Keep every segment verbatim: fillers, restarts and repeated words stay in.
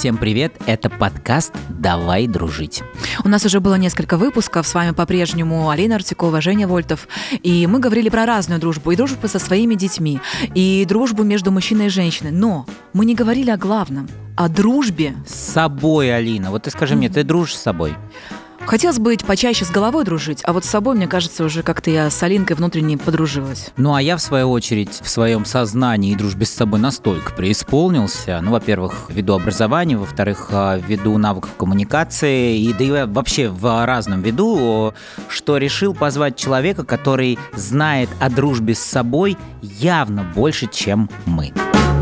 Всем привет, это подкаст «Давай дружить». У нас уже было несколько выпусков, с вами по-прежнему Алина Артикова, Женя Вольтов, и мы говорили про разную дружбу, и дружбу со своими детьми, и дружбу между мужчиной и женщиной, но мы не говорили о главном, о дружбе. С собой, Алина, вот ты скажи mm-hmm. мне, ты дружишь с собой? Хотелось бы почаще с головой дружить, а вот с собой, мне кажется, уже как-то я с Алинкой внутренне подружилась. Ну, а я, в свою очередь, в своем сознании и дружбе с собой настолько преисполнился. Ну, во-первых, ввиду образования, во-вторых, ввиду навыков коммуникации, и да и вообще в разном виду, что решил позвать человека, который знает о дружбе с собой явно больше, чем мы.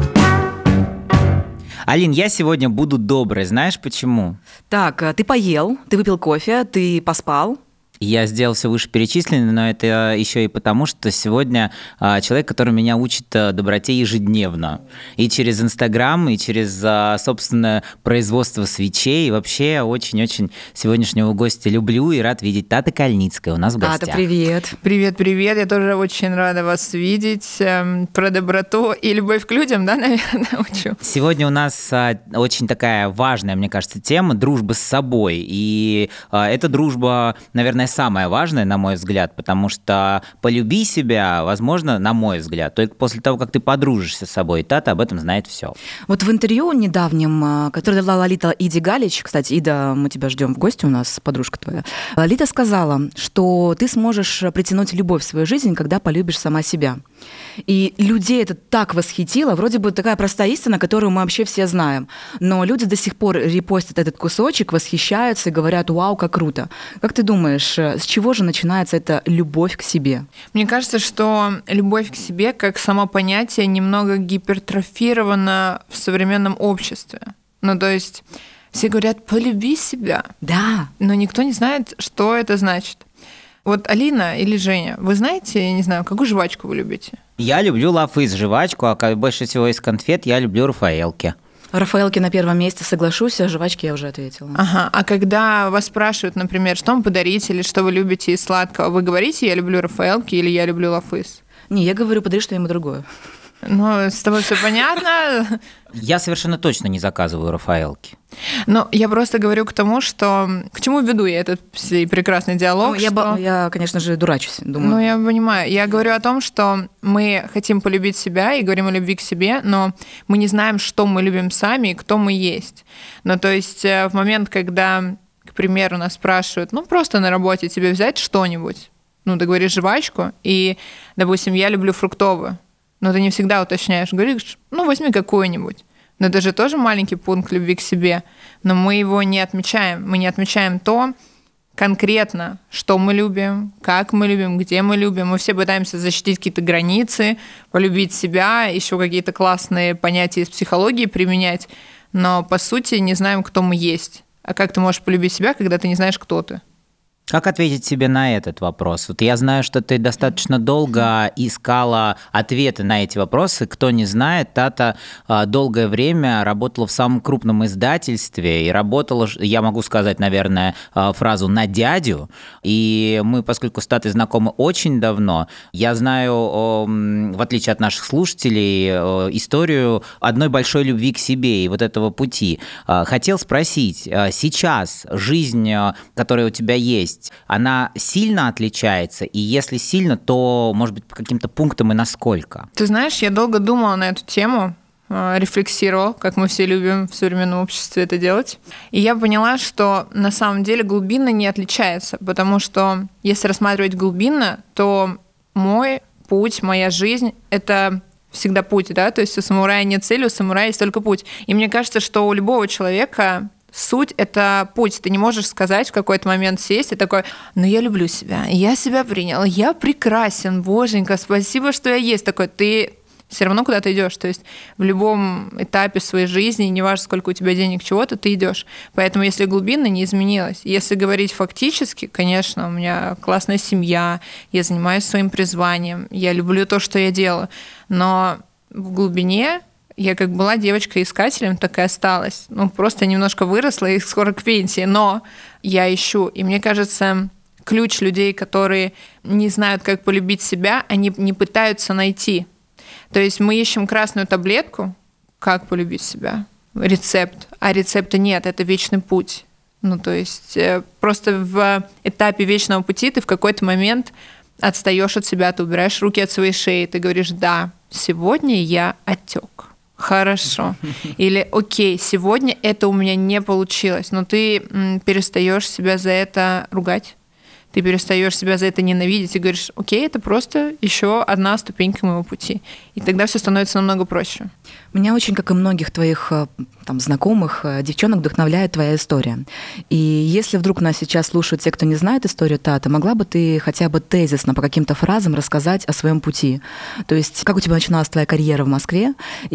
Алин, я сегодня буду доброй, знаешь почему? Так, ты поел, ты выпил кофе, ты поспал. Я сделал все вышеперечисленное, но это еще и потому, что сегодня а, человек, который меня учит а, доброте ежедневно. И через Инстаграм, и через а, собственное производство свечей. И вообще очень-очень сегодняшнего гостя люблю и рад видеть. Тата Кальницкая у нас в гостях. Тата, привет. Привет-привет, я тоже очень рада вас видеть. Эм, про доброту и любовь к людям, да, наверное, учу. Сегодня у нас а, очень такая важная, мне кажется, тема – дружба с собой. И а, эта дружба, наверное, самое важное, на мой взгляд, потому что полюби себя, возможно, на мой взгляд, только после того, как ты подружишься с собой, и Тата об этом знает все. Вот в интервью недавнем, которое дала Лолита Иде Галич, кстати, Ида, мы тебя ждем в гости, у нас подружка твоя, Лолита сказала, что ты сможешь притянуть любовь в свою жизнь, когда полюбишь сама себя. И людей это так восхитило, вроде бы такая простая истина, которую мы вообще все знаем, но люди до сих пор репостят этот кусочек, восхищаются и говорят: «Вау, как круто». Как ты думаешь, с чего же начинается эта любовь к себе? Мне кажется, что любовь к себе как само понятие немного гипертрофировано в современном обществе. Ну, то есть все говорят: полюби себя. Да. Но никто не знает, что это значит. Вот Алина или Женя, вы знаете, я не знаю, какую жвачку вы любите? Я люблю Лафыс жвачку, а больше всего из конфет я люблю Рафаэлки. Рафаэлки на первом месте, соглашусь, а жвачки я уже ответила. Ага, а когда вас спрашивают, например, что вам подарить или что вы любите из сладкого, вы говорите: я люблю Рафаэлки или я люблю Лафыс? Не, я говорю: подари что-нибудь другое. Ну, с тобой все понятно. Я совершенно точно не заказываю Рафаэлки. Ну, я просто говорю к тому, что... К чему веду я этот прекрасный диалог? Ну, я, что... я, конечно же, дурачусь, думаю. Ну, я понимаю. Я говорю о том, что мы хотим полюбить себя и говорим о любви к себе, но мы не знаем, что мы любим сами и кто мы есть. Ну, то есть в момент, когда, к примеру, нас спрашивают, ну, просто на работе тебе взять что-нибудь, ну, ты говоришь жвачку, и, допустим, я люблю фруктовую, но ты не всегда уточняешь, говоришь: ну, возьми какую-нибудь. Но это же тоже маленький пункт любви к себе, но мы его не отмечаем. Мы не отмечаем то конкретно, что мы любим, как мы любим, где мы любим. Мы все пытаемся защитить какие-то границы, полюбить себя, еще какие-то классные понятия из психологии применять, но, по сути, не знаем, кто мы есть. А как ты можешь полюбить себя, когда ты не знаешь, кто ты? Как ответить себе на этот вопрос? Вот я знаю, что ты достаточно долго искала ответы на эти вопросы. Кто не знает, Тата долгое время работала в самом крупном издательстве и работала, я могу сказать, наверное, фразу «на дядю». И мы, поскольку с Татой знакомы очень давно, я знаю, в отличие от наших слушателей, историю одной большой любви к себе и вот этого пути. Хотел спросить, сейчас жизнь, которая у тебя есть, она сильно отличается? И если сильно, то, может быть, по каким-то пунктам и насколько? Ты знаешь, я долго думала на эту тему, рефлексировала, как мы все любим в современном обществе это делать. И я поняла, что на самом деле глубинно не отличается, потому что если рассматривать глубинно, то мой путь, моя жизнь — это всегда путь, да, то есть у самурая нет цели, у самурая есть только путь. И мне кажется, что у любого человека суть — это путь. Ты не можешь сказать в какой-то момент сесть и такой: ну, я люблю себя, я себя принял, я прекрасен, боженька, спасибо, что я есть такой. Ты все равно куда-то идешь. То есть в любом этапе своей жизни, неважно, сколько у тебя денег, чего-то, ты идешь. Поэтому если глубинно, не изменилось. Если говорить фактически, конечно, у меня классная семья, я занимаюсь своим призванием, я люблю то, что я делаю. Но в глубине я как была девочкой-искателем, так и осталась. Ну, просто немножко выросла и скоро к пенсии, но я ищу. И мне кажется, ключ людей, которые не знают, как полюбить себя, они не пытаются найти. То есть мы ищем красную таблетку, как полюбить себя. рецепт, а рецепта нет, это вечный путь. Ну, то есть просто в этапе вечного пути ты в какой-то момент отстаешь от себя, ты убираешь руки от своей шеи, ты говоришь, да, сегодня я отек. Хорошо. Или окей, сегодня это у меня не получилось, но ты м, перестаешь себя за это ругать, ты перестаешь себя за это ненавидеть и говоришь, окей, это просто еще одна ступенька моего пути. И тогда все становится намного проще. Меня очень, как и многих твоих там, знакомых, девчонок, вдохновляет твоя история. И если вдруг нас сейчас слушают те, кто не знает историю Таты, могла бы ты хотя бы тезисно по каким-то фразам рассказать о своем пути? То есть как у тебя начиналась твоя карьера в Москве,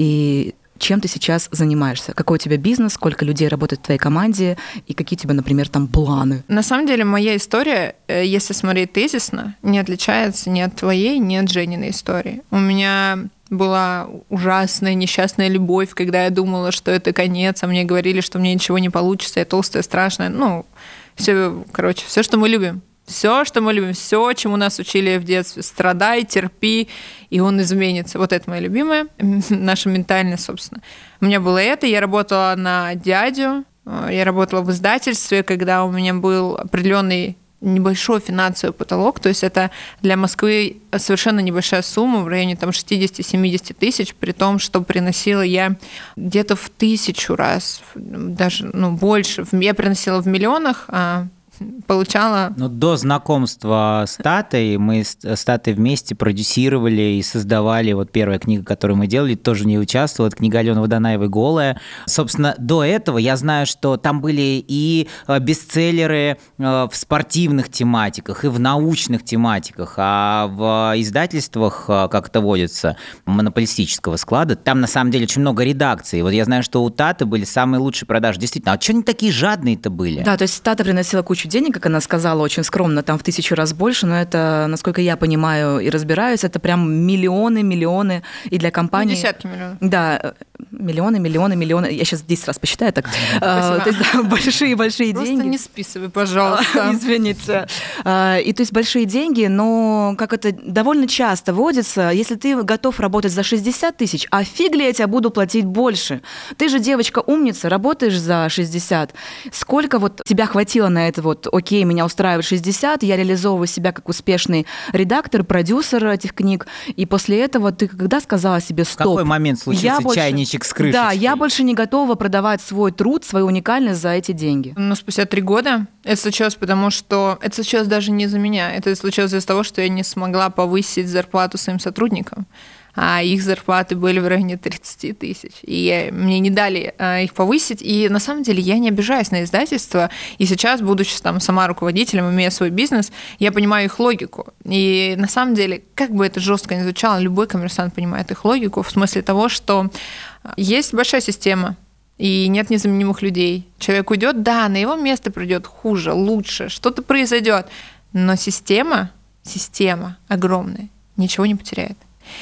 и чем ты сейчас занимаешься? Какой у тебя бизнес, сколько людей работает в твоей команде, и какие у тебя, например, там планы? На самом деле моя история, если смотреть тезисно, не отличается ни от твоей, ни от Жениной истории. У меня была ужасная несчастная любовь, когда я думала, что это конец, а мне говорили, что мне ничего не получится, я толстая, страшная. Ну, все, короче, все, что мы любим. Все, что мы любим, все, чему нас учили в детстве. Страдай, терпи, и он изменится. Вот это моя любимая, наша ментальная, собственно. У меня было это, я работала на дядю, я работала в издательстве, когда у меня был определенный небольшой финансовый потолок, то есть это для Москвы совершенно небольшая сумма в районе там шестьдесят-семьдесят тысяч, при том, что приносила я где-то в тысячу раз, даже ну, больше. Я приносила в миллионах, а получала... Ну, до знакомства с Татой мы с Татой вместе продюсировали и создавали вот первая книга, которую мы делали, тоже не участвовала, это книга Алены Водонаевой «Голая». Собственно, до этого я знаю, что там были и бестселлеры в спортивных тематиках, и в научных тематиках, а в издательствах, как это водится, монополистического склада, там на самом деле очень много редакций. Вот я знаю, что у Таты были самые лучшие продажи. Действительно, а что они такие жадные-то были? Да, то есть Тата приносила кучу денег, как она сказала, очень скромно, там в тысячу раз больше, но это, насколько я понимаю и разбираюсь, это прям миллионы, миллионы, и для компании... Ну, десятки миллионов. Да, миллионы, миллионы, миллионы, я сейчас десять раз посчитаю так. То есть большие-большие деньги. Просто не списывай, пожалуйста. Извините. И то есть большие деньги, но как это довольно часто водится, если ты готов работать за шестьдесят тысяч, а фиг ли я тебя буду платить больше? Ты же девочка умница, работаешь за шестьдесят. Сколько вот тебя хватило на это вот, окей, меня устраивает шестьдесят, я реализовываю себя как успешный редактор, продюсер этих книг, и после этого ты когда сказала себе стоп? В какой момент случился больше... чайничек с крышечкой? Да, я больше не готова продавать свой труд, свою уникальность за эти деньги. Ну, спустя три года это случилось, потому что это случилось даже не из-за меня, это случилось из-за того, что я не смогла повысить зарплату своим сотрудникам, а их зарплаты были в районе тридцать тысяч. И я, мне не дали а, их повысить. И на самом деле я не обижаюсь на издательство. И сейчас, будучи там сама руководителем, имея свой бизнес, я понимаю их логику. И на самом деле, как бы это жестко ни звучало, любой коммерсант понимает их логику в смысле того, что есть большая система, и нет незаменимых людей. Человек уйдет, да, на его место придет хуже, лучше, что-то произойдет. Но система, система огромная, ничего не потеряет.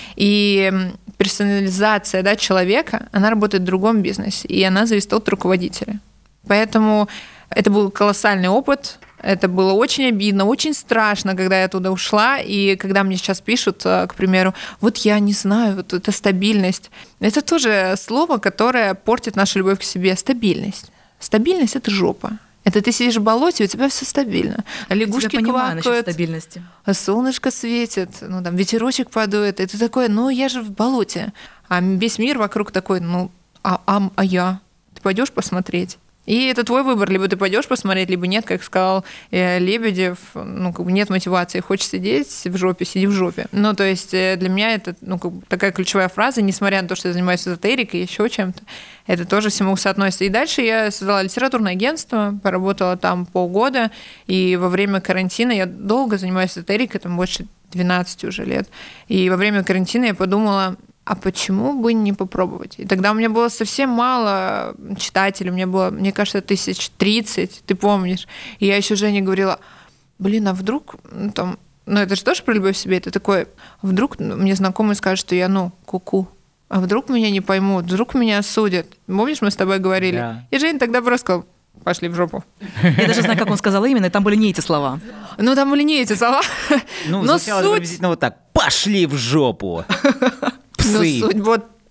И персонализация, да, человека, она работает в другом бизнесе, и она зависит от руководителя. Поэтому это был колоссальный опыт, это было очень обидно, очень страшно, когда я туда ушла, и когда мне сейчас пишут, к примеру, вот я не знаю, вот это стабильность. Это тоже слово, которое портит нашу любовь к себе. Стабильность. Стабильность – это жопа. Это ты сидишь в болоте, у тебя все стабильно. А лягушки квакают, а солнышко светит, ну там ветерочек подует, и ты такой, ну я же в болоте. А весь мир вокруг такой, ну а, а, а я? Ты пойдешь посмотреть? И это твой выбор, либо ты пойдешь посмотреть, либо нет, как сказал э, Лебедев, ну, как бы нет мотивации, хочешь сидеть в жопе, сиди в жопе. Ну, то есть э, для меня это ну, как бы такая ключевая фраза, несмотря на то, что я занимаюсь эзотерикой и еще чем-то, это тоже всему соотносится. И дальше я создала литературное агентство, поработала там полгода, и во время карантина я долго занимаюсь эзотерикой, там больше двенадцать уже лет, и во время карантина я подумала, а почему бы не попробовать? И тогда у меня было совсем мало читателей, у меня было, мне кажется, тысяч тридцать, ты помнишь. И я еще Жене говорила, блин, а вдруг, ну, там, ну это же тоже про любовь к себе, это такое, вдруг мне знакомые скажут, что я, ну, ку-ку, а вдруг меня не поймут, вдруг меня осудят. Помнишь, мы с тобой говорили? Да. И Женя тогда просто сказал, пошли в жопу. Я даже знаю, как он сказал именно, и там были не эти слова. Ну, там были не эти слова. Ну, но суть... приблизительно вот так, пошли в жопу. Ну, суть, вот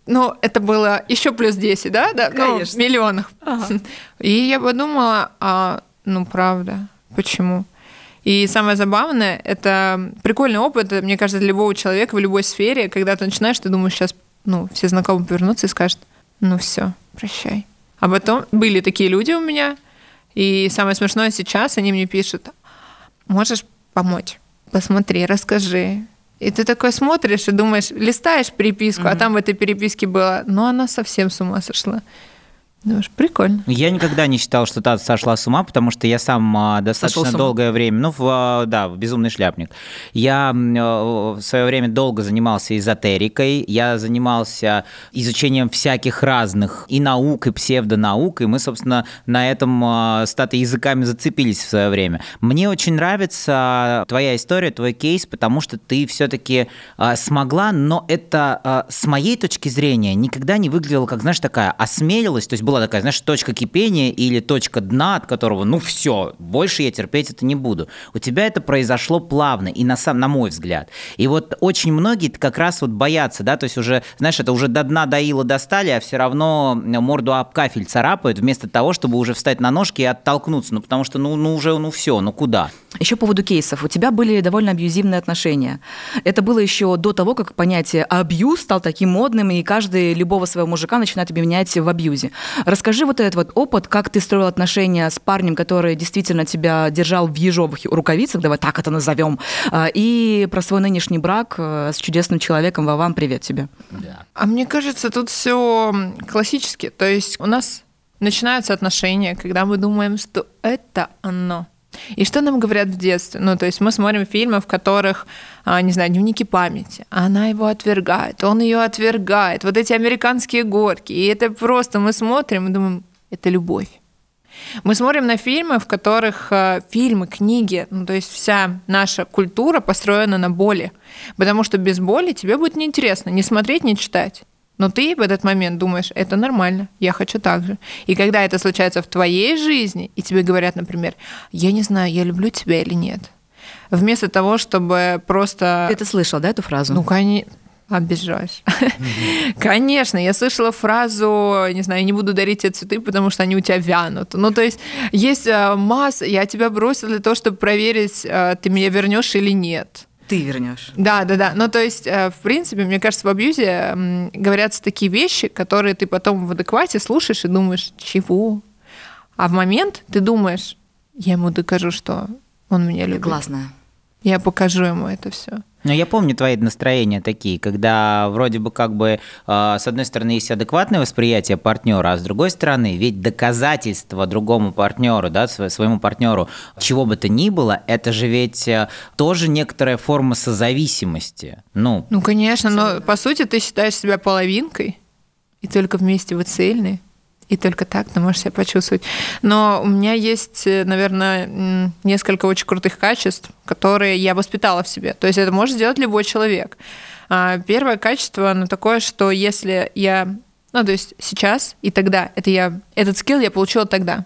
ну, это было еще плюс десять, да? да? Ну, Конечно. в миллионах. Ага. И я подумала, а, ну, правда, почему? И самое забавное, это прикольный опыт, мне кажется, для любого человека в любой сфере, когда ты начинаешь, ты думаешь, сейчас, ну, все знакомые повернутся и скажут, ну, все, прощай. А потом были такие люди у меня, и самое смешное сейчас, они мне пишут, можешь помочь? Посмотри, расскажи. И ты такой смотришь и думаешь, листаешь переписку, mm-hmm. а там в этой переписке было, ну, она совсем с ума сошла. Думаешь, прикольно. Я никогда не считал, что Тата сошла с ума, потому что я сам а, достаточно долгое время, ну, в, да, в «Безумный шляпник». Я в свое время долго занимался эзотерикой, я занимался изучением всяких разных и наук, и псевдонаук, и мы, собственно, на этом а, с Татой языками зацепились в свое время. Мне очень нравится твоя история, твой кейс, потому что ты все-таки а, смогла, но это а, с моей точки зрения никогда не выглядело как, знаешь, такая осмелилась, то есть была такая, знаешь, точка кипения или точка дна, от которого, ну все, больше я терпеть это не буду. У тебя это произошло плавно, и на, сам, на мой взгляд. И вот очень многие как раз вот боятся, да, то есть уже, знаешь, это уже до дна доила достали, а все равно морду об кафель царапают, вместо того, чтобы уже встать на ножки и оттолкнуться, ну потому что, ну, ну уже, ну все, ну куда? Еще по поводу кейсов. У тебя были довольно абьюзивные отношения. Это было еще до того, как понятие абьюз стал таким модным, и каждый любого своего мужика начинает обвинять в абьюзе. Расскажи вот этот вот опыт, как ты строил отношения с парнем, который действительно тебя держал в ежовых рукавицах, давай так это назовем, и про свой нынешний брак с чудесным человеком. Вован, привет тебе. Да. А мне кажется, тут все классически. То есть у нас начинаются отношения, когда мы думаем, что это оно. И что нам говорят в детстве? Ну, то есть мы смотрим фильмы, в которых, не знаю, дневники памяти. Она его отвергает, он ее отвергает. Вот эти американские горки. И это просто мы смотрим и думаем, это любовь. Мы смотрим на фильмы, в которых фильмы, книги, ну, то есть вся наша культура построена на боли. Потому что без боли тебе будет неинтересно ни смотреть, ни читать. Но ты в этот момент думаешь, это нормально, я хочу так же. И когда это случается в твоей жизни, и тебе говорят, например, я не знаю, я люблю тебя или нет, вместо того, чтобы просто... Ты это слышал, да, эту фразу? Ну, конечно. Обижаешь. Mm-hmm. Конечно, я слышала фразу, не знаю, я не буду дарить тебе цветы, потому что они у тебя вянут. Ну, то есть есть масса, я тебя бросила для того, чтобы проверить, ты меня вернешь или нет. Ты вернешь. Да, да, да. Ну, то есть, в принципе, мне кажется, в абьюзе говорятся такие вещи, которые ты потом в адеквате слушаешь и думаешь, чего? А в момент ты думаешь, я ему докажу, что он меня любит. Классно. Я покажу ему это все. Ну, я помню твои настроения такие, когда вроде бы как бы э, с одной стороны есть адекватное восприятие партнера, а с другой стороны ведь доказательство другому партнеру, да, своему партнеру, чего бы то ни было, это же ведь тоже некоторая форма созависимости. Ну, ну конечно, но по сути ты считаешь себя половинкой, и только вместе вы цельные. И только так ты можешь себя почувствовать. Но у меня есть, наверное, несколько очень крутых качеств, которые я воспитала в себе. То есть это может сделать любой человек. Первое качество, оно такое, что если я... Ну, то есть сейчас и тогда, это я, этот скилл я получила тогда.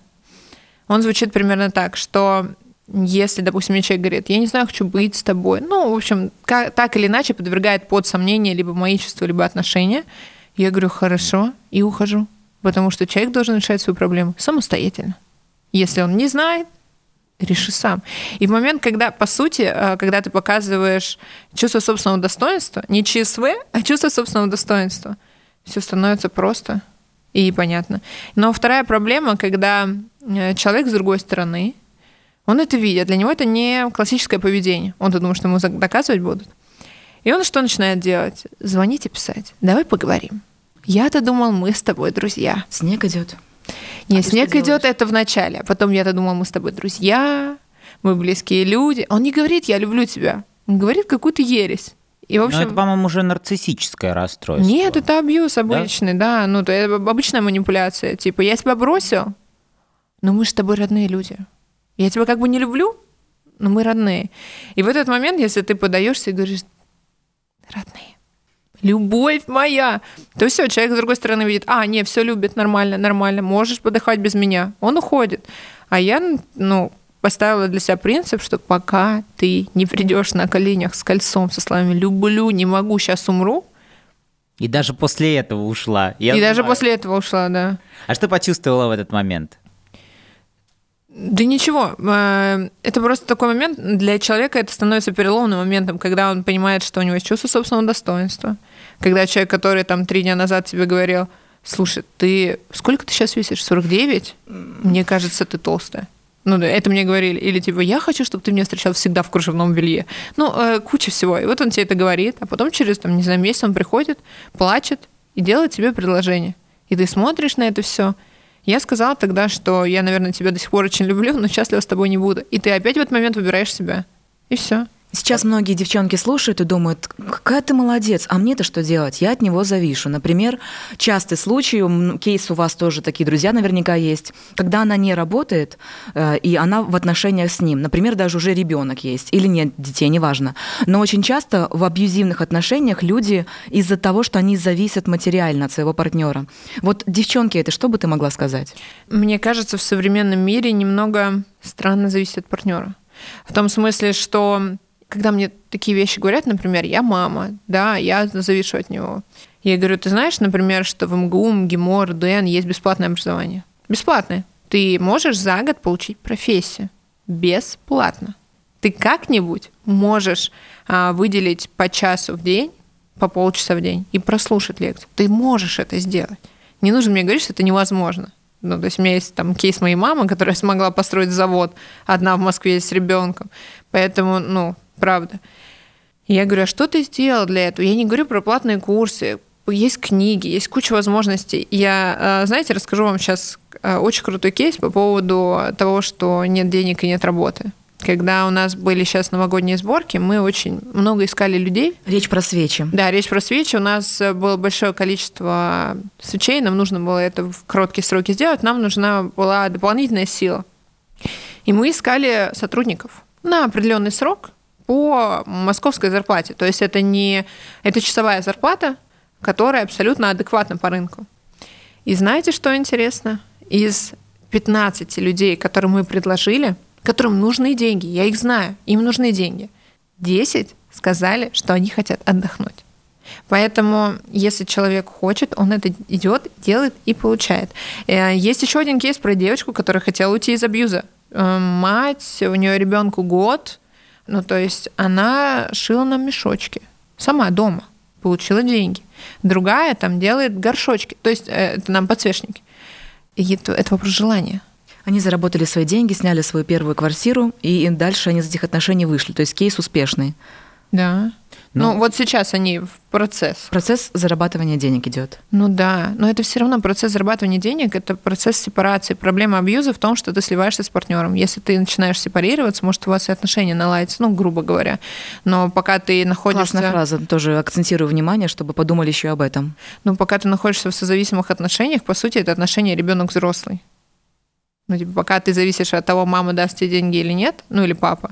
Он звучит примерно так, что если, допустим, мне человек говорит, я не знаю, хочу быть с тобой, ну, в общем, как, так или иначе подвергает под сомнение либо мои чувства, либо отношения, я говорю, хорошо, и ухожу. Потому что человек должен решать свою проблему самостоятельно. Если он не знает, реши сам. И в момент, когда, по сути, когда ты показываешь чувство собственного достоинства, не ЧСВ, а чувство собственного достоинства, все становится просто и понятно. Но вторая проблема, когда человек с другой стороны, он это видит, для него это не классическое поведение. Он-то думает, что ему доказывать будут. И он что начинает делать? Звонить и писать. Давай поговорим. Я-то думал, мы с тобой друзья. Снег идет. Нет, а снег идет это в начале. А потом я-то думал, мы с тобой друзья, мы близкие люди. Он не говорит, я люблю тебя. Он говорит какую-то ересь. И, в общем... Но это, по-моему, уже нарциссическое расстройство. Нет, это абьюз обычный, да. да. Ну, это обычная манипуляция. Типа, я тебя бросил, но мы же с тобой родные люди. Я тебя как бы не люблю, но мы родные. И в этот момент, если ты подаешься и говоришь, родные, любовь моя, то все, человек с другой стороны видит, а, не, все любит, нормально, нормально, можешь подыхать без меня. Он уходит. А я, ну, поставила для себя принцип, что пока ты не придешь на коленях с кольцом со словами «люблю, не могу, сейчас умру», И даже после этого ушла. Я И знаю. даже после этого ушла, да. А что почувствовала в этот момент? Да ничего, э, это просто такой момент, для человека это становится переломным моментом, когда он понимает, что у него есть чувство собственного достоинства. Когда человек, который там три дня назад тебе говорил: слушай, ты сколько ты сейчас весишь? сорок девять? Мне кажется, ты толстая. Ну да, это мне говорили. Или типа, я хочу, чтобы ты меня встречал всегда в кружевном белье. Ну, э, куча всего. И вот он тебе это говорит, а потом через, там, не знаю, месяц он приходит, плачет и делает тебе предложение. И ты смотришь на это все. Я сказала тогда, что я, наверное, тебя до сих пор очень люблю, но счастлива с тобой не буду. И ты опять в этот момент выбираешь себя. И все. Сейчас многие девчонки слушают и думают: какая ты молодец, а мне-то что делать? Я от него завишу. Например, частый случай, кейс у вас тоже такие друзья наверняка есть, когда она не работает, и она в отношениях с ним. Например, даже уже ребенок есть, или нет детей, неважно. Но очень часто в абьюзивных отношениях люди из-за того, что они зависят материально от своего партнера. Вот, девчонки, это что бы ты могла сказать? Мне кажется, в современном мире немного странно зависит от партнера. В том смысле, что когда мне такие вещи говорят, например, я мама, да, я завишу от него. Я говорю: ты знаешь, например, что в МГУ, МГИМО, РУДН есть бесплатное образование? Бесплатное. Ты можешь за год получить профессию. Бесплатно. Ты как-нибудь можешь а, выделить по часу в день, по полчаса в день и прослушать лекцию. Ты можешь это сделать. Не нужно мне говорить, что это невозможно. Ну, то есть у меня есть там кейс моей мамы, которая смогла построить завод одна в Москве с ребенком. Поэтому, ну, правда. Я говорю: а что ты сделал для этого? Я не говорю про платные курсы. Есть книги, есть куча возможностей. Я, знаете, расскажу вам сейчас очень крутой кейс по поводу того, что нет денег и нет работы. Когда у нас были сейчас новогодние сборки, мы очень много искали людей. Речь про свечи. Да, речь про свечи. У нас было большое количество свечей, нам нужно было это в короткие сроки сделать, нам нужна была дополнительная сила. И мы искали сотрудников на определенный срок по московской зарплате. То есть это не это часовая зарплата, которая абсолютно адекватна по рынку. И знаете, что интересно? Из пятнадцати людей, которым мы предложили, которым нужны деньги, я их знаю, им нужны деньги, десять сказали, что они хотят отдохнуть. Поэтому, если человек хочет, он это идет, делает и получает. Есть еще один кейс про девочку, которая хотела уйти из абьюза. Мать, у нее ребенку год, ну то есть она шила нам мешочки сама дома, получила деньги. Другая там делает горшочки, то есть это нам подсвечники. И это, это вопрос желания. Они заработали свои деньги, сняли свою первую квартиру, и дальше они из этих отношений вышли. То есть кейс успешный. Да. Ну, Ну, вот сейчас они в процесс. Процесс зарабатывания денег идет. Ну да, но это все равно процесс зарабатывания денег, это процесс сепарации. Проблема абьюза в том, что ты сливаешься с партнером. Если ты начинаешь сепарироваться, может, у вас и отношения наладятся, ну, грубо говоря. Но пока ты находишься... Классная фраза, тоже акцентирую внимание, чтобы подумали еще об этом. Ну, пока ты находишься в созависимых отношениях, по сути, это отношения ребенок-взрослый. Ну, типа, пока ты зависишь от того, мама даст тебе деньги или нет, ну, или папа.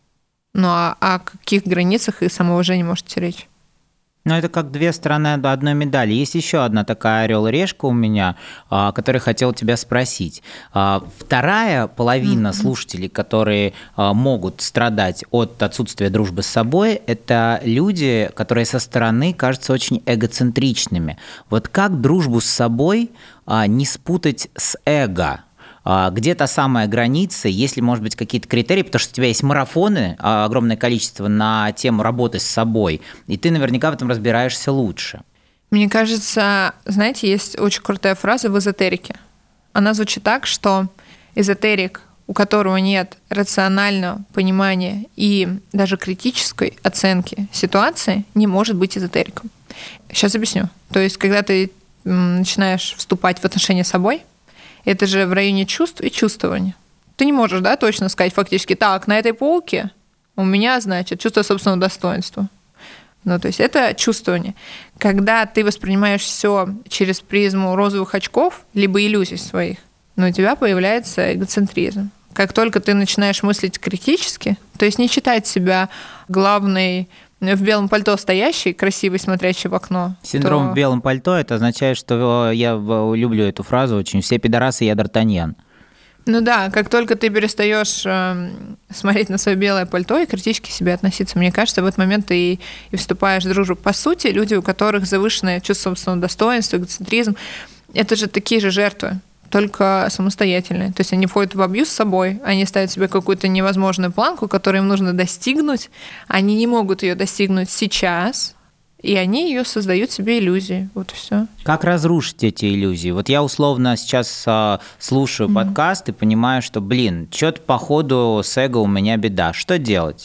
Ну, а о каких границах и самоуважении может идти речь? Ну, это как две стороны одной медали. Есть еще одна такая орел и решка у меня, а, которую хотел тебя спросить. А, Вторая половина mm-hmm. слушателей, которые а, могут страдать от отсутствия дружбы с собой, это люди, которые со стороны кажутся очень эгоцентричными. Вот как дружбу с собой а, не спутать с эго? Где та самая граница, есть ли, может быть, какие-то критерии, потому что у тебя есть марафоны, огромное количество на тему работы с собой, и ты наверняка в этом разбираешься лучше. Мне кажется, знаете, есть очень крутая фраза в эзотерике. Она звучит так, что эзотерик, у которого нет рационального понимания и даже критической оценки ситуации, не может быть эзотериком. Сейчас объясню. То есть, когда ты начинаешь вступать в отношения с собой, это же в районе чувств и чувствования. Ты не можешь, да, точно сказать фактически: так, на этой полке у меня, значит, чувство собственного достоинства. Ну, то есть это чувствование. Когда ты воспринимаешь все через призму розовых очков, либо иллюзий своих, ну, у тебя появляется эгоцентризм. Как только ты начинаешь мыслить критически, то есть не считать себя главной в белом пальто стоящий, красивый, смотрящий в окно. Синдром то... в белом пальто, это означает, что я люблю эту фразу очень. Все пидорасы, я Д'Артаньян. Ну да, как только ты перестаешь э, смотреть на свое белое пальто и критически к себе относиться, мне кажется, в этот момент ты и, и вступаешь в дружбу. По сути, люди, у которых завышенное чувство собственного достоинства, эгоцентризм, это же такие же жертвы, только самостоятельные. То есть они входят в абьюз с собой, они ставят себе какую-то невозможную планку, которую им нужно достигнуть, они не могут ее достигнуть сейчас, и они ее создают себе иллюзии. Вот и все. Как разрушить эти иллюзии? Вот я условно сейчас а, слушаю mm-hmm. подкаст и понимаю, что, блин, что-то походу с эго у меня беда. Что делать?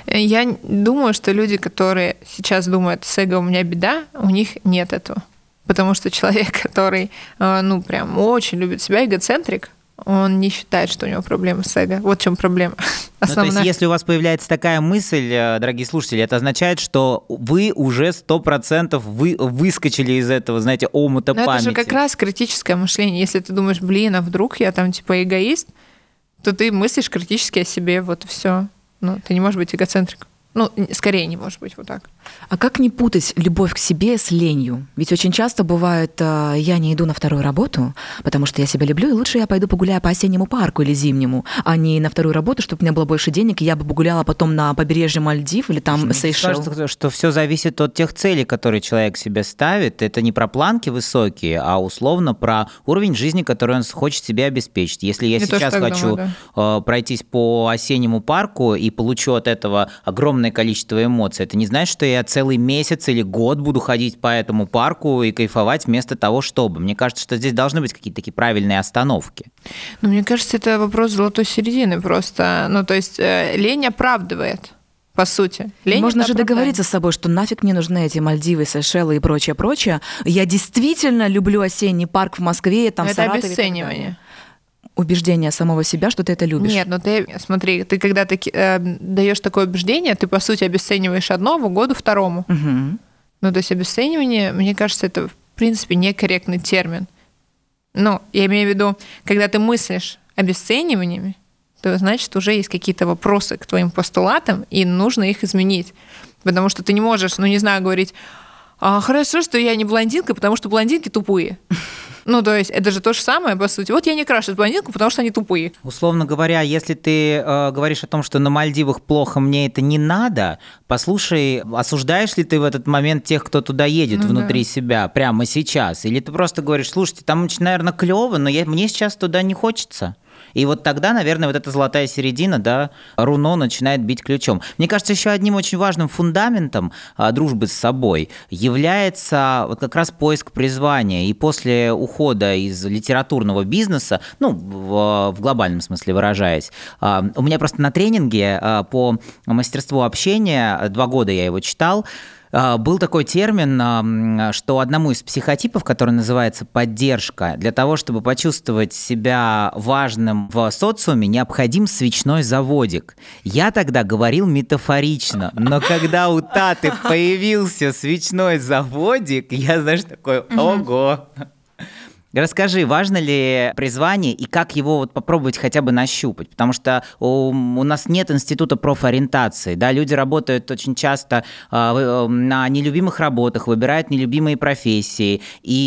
Я думаю, что люди, которые сейчас думают, с эго у меня беда, у них нет этого. Потому что человек, который, ну, прям очень любит себя, эгоцентрик, он не считает, что у него проблемы с эго. Вот в чем проблема. Основная. Ну, то есть, если у вас появляется такая мысль, дорогие слушатели, это означает, что вы уже сто процентов вы, выскочили из этого, знаете, омута Но памяти. Это же как раз критическое мышление. Если ты думаешь, блин, а вдруг я там типа эгоист, то ты мыслишь критически о себе, вот и все. Ну, ты не можешь быть эгоцентриком. Ну, скорее не может быть вот так. А как не путать любовь к себе с ленью? Ведь очень часто бывает, я не иду на вторую работу, потому что я себя люблю, и лучше я пойду погуляю по осеннему парку или зимнему, а не на вторую работу, чтобы у меня было больше денег, и я бы погуляла потом на побережье Мальдив или там Сейшел. Мне кажется, что все зависит от тех целей, которые человек себе ставит. Это не про планки высокие, а условно про уровень жизни, который он хочет себе обеспечить. Если я, я сейчас хочу думаю, да. пройтись по осеннему парку и получу от этого огромное количество эмоций, это не значит, что я целый месяц или год буду ходить по этому парку и кайфовать вместо того, чтобы. Мне кажется, что здесь должны быть какие-то такие правильные остановки. Ну, мне кажется, это вопрос золотой середины просто. Ну, то есть э, лень оправдывает, по сути. Лень Можно же договориться с собой, что нафиг мне нужны эти Мальдивы, Сейшелы и прочее-прочее. Я действительно люблю осенний парк в Москве, там, в Саратове. Это обесценивание. Убеждение самого себя, что ты это любишь. Нет, ну ты, смотри, ты когда ты э, даешь такое убеждение, ты, по сути, обесцениваешь одно в угоду второму. Угу. Ну, то есть обесценивание, мне кажется, это, в принципе, некорректный термин. Ну, я имею в виду, когда ты мыслишь обесцениваниями, то, значит, уже есть какие-то вопросы к твоим постулатам, и нужно их изменить. Потому что ты не можешь, ну, не знаю, говорить, а, хорошо, что я не блондинка, потому что блондинки тупые. Ну, то есть, это же то же самое, по сути. Вот я не крашу блондинку, потому что они тупые. Условно говоря, если ты э, говоришь о том, что на Мальдивах плохо, мне это не надо, послушай, осуждаешь ли ты в этот момент тех, кто туда едет, ну, внутри да. себя, прямо сейчас? Или ты просто говоришь, слушайте, там очень, наверное, клево, но я, мне сейчас туда не хочется. И вот тогда, наверное, вот эта золотая середина, да, руно начинает бить ключом. Мне кажется, еще одним очень важным фундаментом а, дружбы с собой является вот как раз поиск призвания. И после ухода из литературного бизнеса, ну, в, в глобальном смысле выражаясь, а, у меня просто на тренинге а, по мастерству общения, два года я его читал, был такой термин, что одному из психотипов, который называется поддержка, для того, чтобы почувствовать себя важным в социуме, необходим свечной заводик. Я тогда говорил метафорично, но когда у Таты появился свечной заводик, я, знаешь, такой, ого! Расскажи, важно ли призвание и как его вот попробовать хотя бы нащупать? Потому что у, у нас нет института профориентации, да, люди работают очень часто э, на нелюбимых работах, выбирают нелюбимые профессии,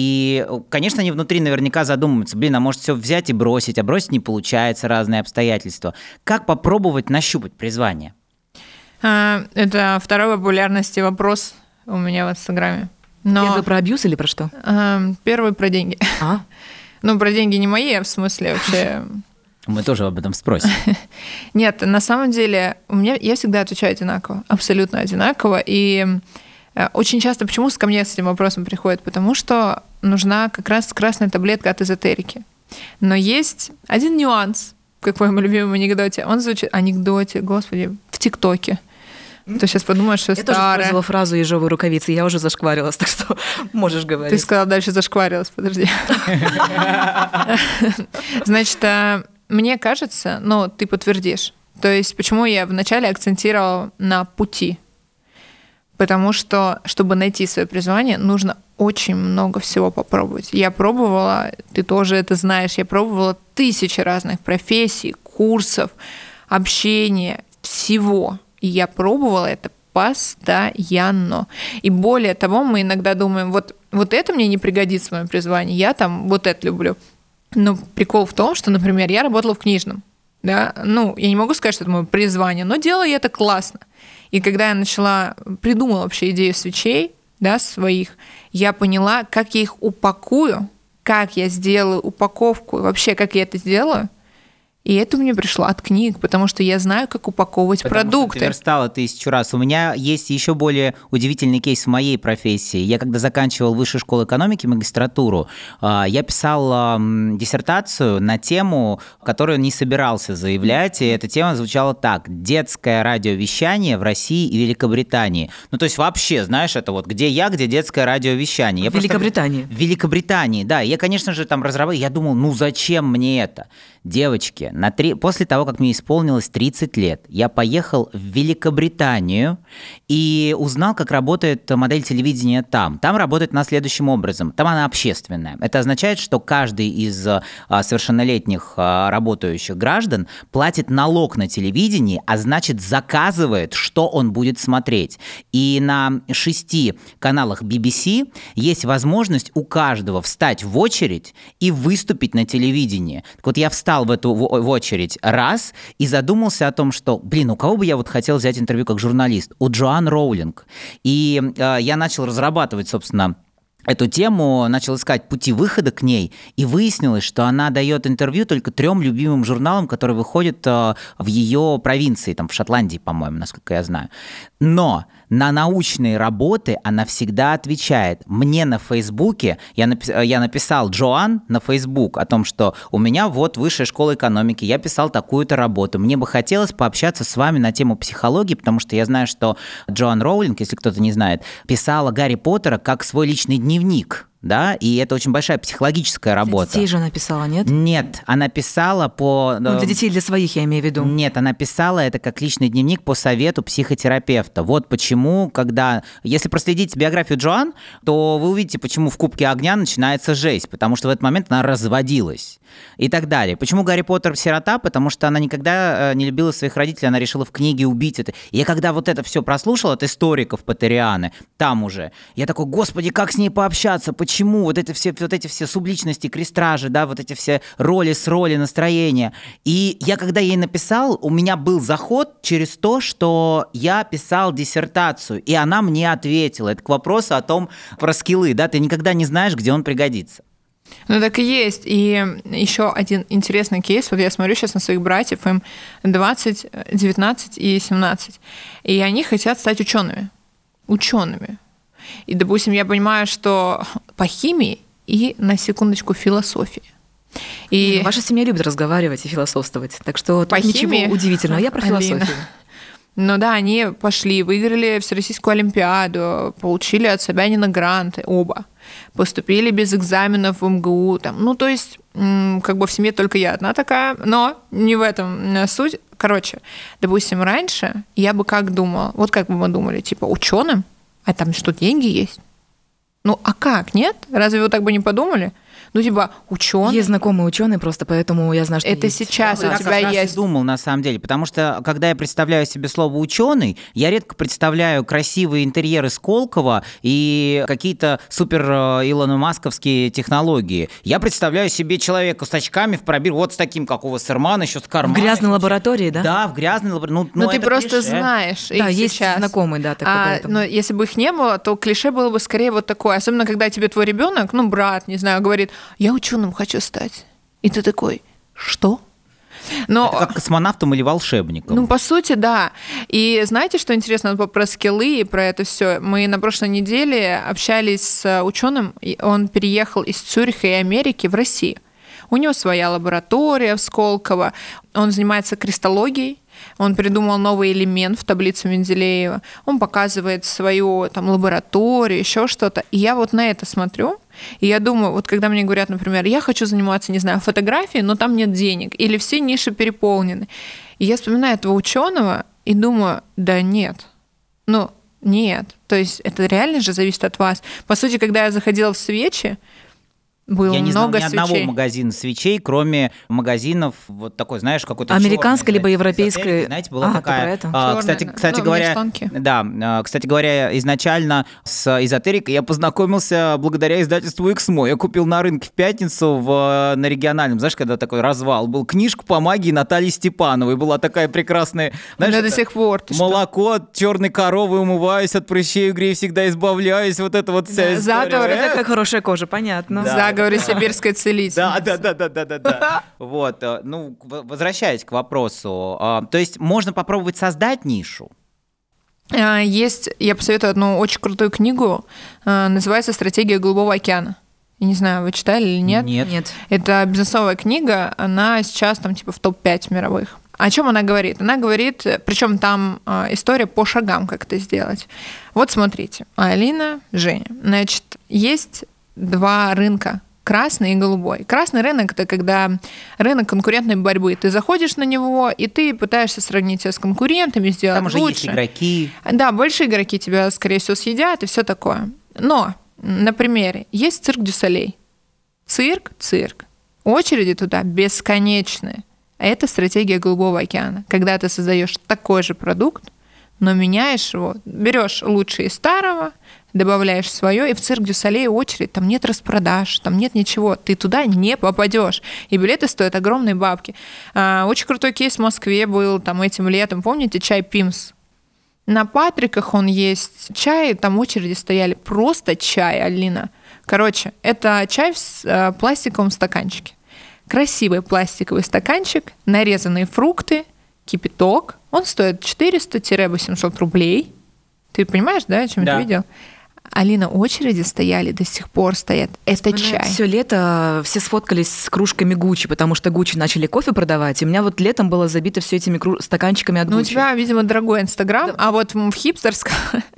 и, конечно, они внутри наверняка задумываются, блин, а может все взять и бросить, а бросить не получается, разные обстоятельства. Как попробовать нащупать призвание? Это второй популярности вопрос у меня в Инстаграме. Но... Первый про абьюз или про что? Первый про деньги. А? Ну, про деньги не мои, а в смысле вообще... Мы тоже об этом спросим. Нет, на самом деле, у меня я всегда отвечаю одинаково, абсолютно одинаково. И очень часто, почему ко мне с этим вопросом приходят? Потому что нужна как раз красная таблетка от эзотерики. Но есть один нюанс, как в моем любимом анекдоте. Он звучит... Анекдоте, господи, в ТикТоке. Ты сейчас подумаешь, что я старая. Я тоже использовала фразу «ежовые рукавицы», я уже зашкварилась, так что можешь говорить. Ты сказала дальше «зашкварилась», подожди. Значит, мне кажется, ну, ты подтвердишь. То есть, почему я вначале акцентировала на пути? Потому что, чтобы найти свое призвание, нужно очень много всего попробовать. Я пробовала, ты тоже это знаешь, я пробовала тысячи разных профессий, курсов, общения, всего. И я пробовала это постоянно. И более того, мы иногда думаем, вот, вот это мне не пригодится в моем призвании, я там вот это люблю. Но прикол в том, что, например, я работала в книжном. Да? Ну, я не могу сказать, что это мое призвание, но делала я это классно. И когда я начала, придумала вообще идею свечей, да, своих, я поняла, как я их упакую, как я сделаю упаковку, вообще, как я это сделаю. И это мне пришло от книг, потому что я знаю, как упаковывать потому продукты. Что ты верстала тысячу раз. У меня есть еще более удивительный кейс в моей профессии. Я когда заканчивал Высшую школу экономики, магистратуру, я писал диссертацию на тему, которую не собирался заявлять, и эта тема звучала так: детское радиовещание в России и Великобритании. Ну, то есть вообще, знаешь, это вот где я, где детское радиовещание. Я в Великобритании. Просто... В Великобритании, да. Я, конечно же, там разрабатывал, я думал, ну зачем мне это? Девочки, на три... после того, как мне исполнилось тридцать лет, я поехал в Великобританию и узнал, как работает модель телевидения там. Там работает на следующим образом. Там она общественная. Это означает, что каждый из а, совершеннолетних а, работающих граждан платит налог на телевидении, а значит заказывает, что он будет смотреть. И на шести каналах би би си есть возможность у каждого встать в очередь и выступить на телевидении. Так вот, я встал в эту в очередь раз и задумался о том, что, блин, у кого бы я вот хотел взять интервью как журналист? У Джоан Роулинг. И э, я начал разрабатывать, собственно, эту тему, начал искать пути выхода к ней, и выяснилось, что она дает интервью только трем любимым журналам, которые выходят э, в ее провинции, там в Шотландии, по-моему, насколько я знаю. Но на научные работы она всегда отвечает. Мне на Фейсбуке, я, напис, я написал Джоан на Фейсбук о том, что у меня вот Высшая школа экономики, я писал такую-то работу. Мне бы хотелось пообщаться с вами на тему психологии, потому что я знаю, что Джоан Роулинг, если кто-то не знает, писала Гарри Поттера как свой личный дневник. Да, и это очень большая психологическая работа. Для детей же она писала, нет? Нет, она писала по... Ну, для детей, для своих, я имею в виду. Нет, она писала это как личный дневник по совету психотерапевта. Вот почему, когда... Если проследить биографию Джоан, то вы увидите, почему в «Кубке огня» начинается жесть, потому что в этот момент она разводилась и так далее. Почему Гарри Поттер сирота? Потому что она никогда не любила своих родителей, она решила в книге убить это. И я когда вот это все прослушал от историков Поттерианы, там уже, я такой, господи, как с ней пообщаться, почему вот, это все, вот эти все субличности, крестражи, да, вот эти все роли с роли, настроения. И я когда ей написал, у меня был заход через то, что я писал диссертацию, и она мне ответила. Это к вопросу о том, про скиллы, да, ты никогда не знаешь, где он пригодится. Ну, так и есть. И еще один интересный кейс. Вот я смотрю сейчас на своих братьев, им двадцать, девятнадцать и семнадцать. И они хотят стать учеными. Учеными. И, допустим, я понимаю, что по химии и, на секундочку, философии. И... Ваша семья любит разговаривать и философствовать. Так что по тут химии... ничего удивительного. Я про философию. Алина. Ну да, они пошли, выиграли Всероссийскую олимпиаду, получили от Собянина гранты, оба. Поступили без экзаменов в эм гэ у. Там. Ну, то есть, как бы в семье только я одна такая, но не в этом суть. Короче, допустим, раньше я бы как думала, вот как бы мы думали, типа, ученым, а там что, деньги есть? Ну, а как, нет? Разве вы так бы не подумали? Ну, типа, ученый. Есть знакомые ученые, просто поэтому я знаю, что это есть. сейчас я у тебя как есть. Раз и думал, на самом деле, потому что, когда я представляю себе слово «ученый», я редко представляю красивые интерьеры Сколково и какие-то супер Илона Масковские технологии. Я представляю себе человека с очками в пробир, вот с таким, как у Вассермана, еще с карманом. В грязной лаборатории, да? Да, в грязной лаборатории. Ну, ну, ты просто клише. Знаешь их да, есть сейчас. Знакомые, да, так а, поэтому. Но если бы их не было, то клише было бы скорее вот такое. Особенно, когда тебе твой ребенок, ну, брат, не знаю, говорит, я ученым хочу стать. И ты такой, что? Но... Это как космонавтом или волшебником. Ну, по сути, да. И знаете, что интересно про скиллы и про это все? Мы на прошлой неделе общались с ученым, он переехал из Цюриха и Америки в Россию. У него своя лаборатория в Сколково, он занимается кристаллогией, он придумал новый элемент в таблицу Менделеева, он показывает свою там лабораторию, еще что-то. И я вот на это смотрю, и я думаю, вот когда мне говорят, например, я хочу заниматься, не знаю, фотографией, но там нет денег, или все ниши переполнены. И я вспоминаю этого ученого и думаю, да нет, ну нет. То есть это реально же зависит от вас. По сути, когда я заходила в свечи, Было Я не знал много ни одного свечей. магазина свечей, кроме магазинов вот такой, знаешь, какой-то Американской чёрной, либо европейской. эзотерики. Знаете, была А, ты такая... про это? а, Чёрная, кстати, кстати ну, говоря, внештанки. да, а, кстати говоря, изначально с эзотерикой я познакомился благодаря издательству «Эксмо». Я купил на рынке в пятницу в, на региональном, знаешь, когда такой развал был, книжку по магии Натальи Степановой. Была такая прекрасная... Знаешь, Да, до это сих пор. ты что? молоко от черной коровы, умываюсь от прыщей, грею, всегда избавляюсь. Вот это вот вся Да, история. заговор, Это Эх, как хорошая кожа, понятно. Да. Заговоры сибирской целительницы. да, да, да, да, да, да, да. Вот, э, ну, в- возвращаясь к вопросу, а, то есть можно попробовать создать нишу? А, Есть, я посоветую одну очень крутую книгу, а, называется «Стратегия Голубого океана». Я не знаю, вы читали или нет? Нет. Нет. Это бизнесовая книга, она сейчас там типа в топ пять мировых. О чем она говорит? Она говорит, причем там а, история по шагам, как это сделать. Вот смотрите, Алина, Женя. Значит, есть два рынка. Красный и голубой. Красный рынок – это когда рынок конкурентной борьбы. Ты заходишь на него, и ты пытаешься сравнить себя с конкурентами, сделать Там уже лучше. есть игроки. Да, большие игроки тебя, скорее всего, съедят и все такое. Но, на примере, есть цирк дю Солей. Цирк, цирк. Очереди туда бесконечные. А это стратегия Голубого океана. Когда ты создаешь такой же продукт, но меняешь его, берешь лучшее из старого, добавляешь свое, и в цирк дю Солей очередь, там нет распродаж, там нет ничего, ты туда не попадешь. И билеты стоят огромные бабки. А, очень крутой кейс в Москве был там этим летом, помните, чай Пимс? На Патриках он есть чай, там очереди стояли, просто чай, Алина. Короче, это чай в с- э, пластиковом стаканчике. Красивый пластиковый стаканчик, нарезанные фрукты, кипяток. Он стоит четыреста-восемьсот рублей. Ты понимаешь, да, о чем Да. я видел? Алина, очереди стояли, до сих пор стоят. Это чай. Все лето все сфоткались с кружками Гуччи, потому что Гуччи начали кофе продавать, и у меня вот летом было забито все этими кру- стаканчиками от Ну, у Гуччи. тебя, видимо, дорогой Инстаграм, а вот в хипстерском...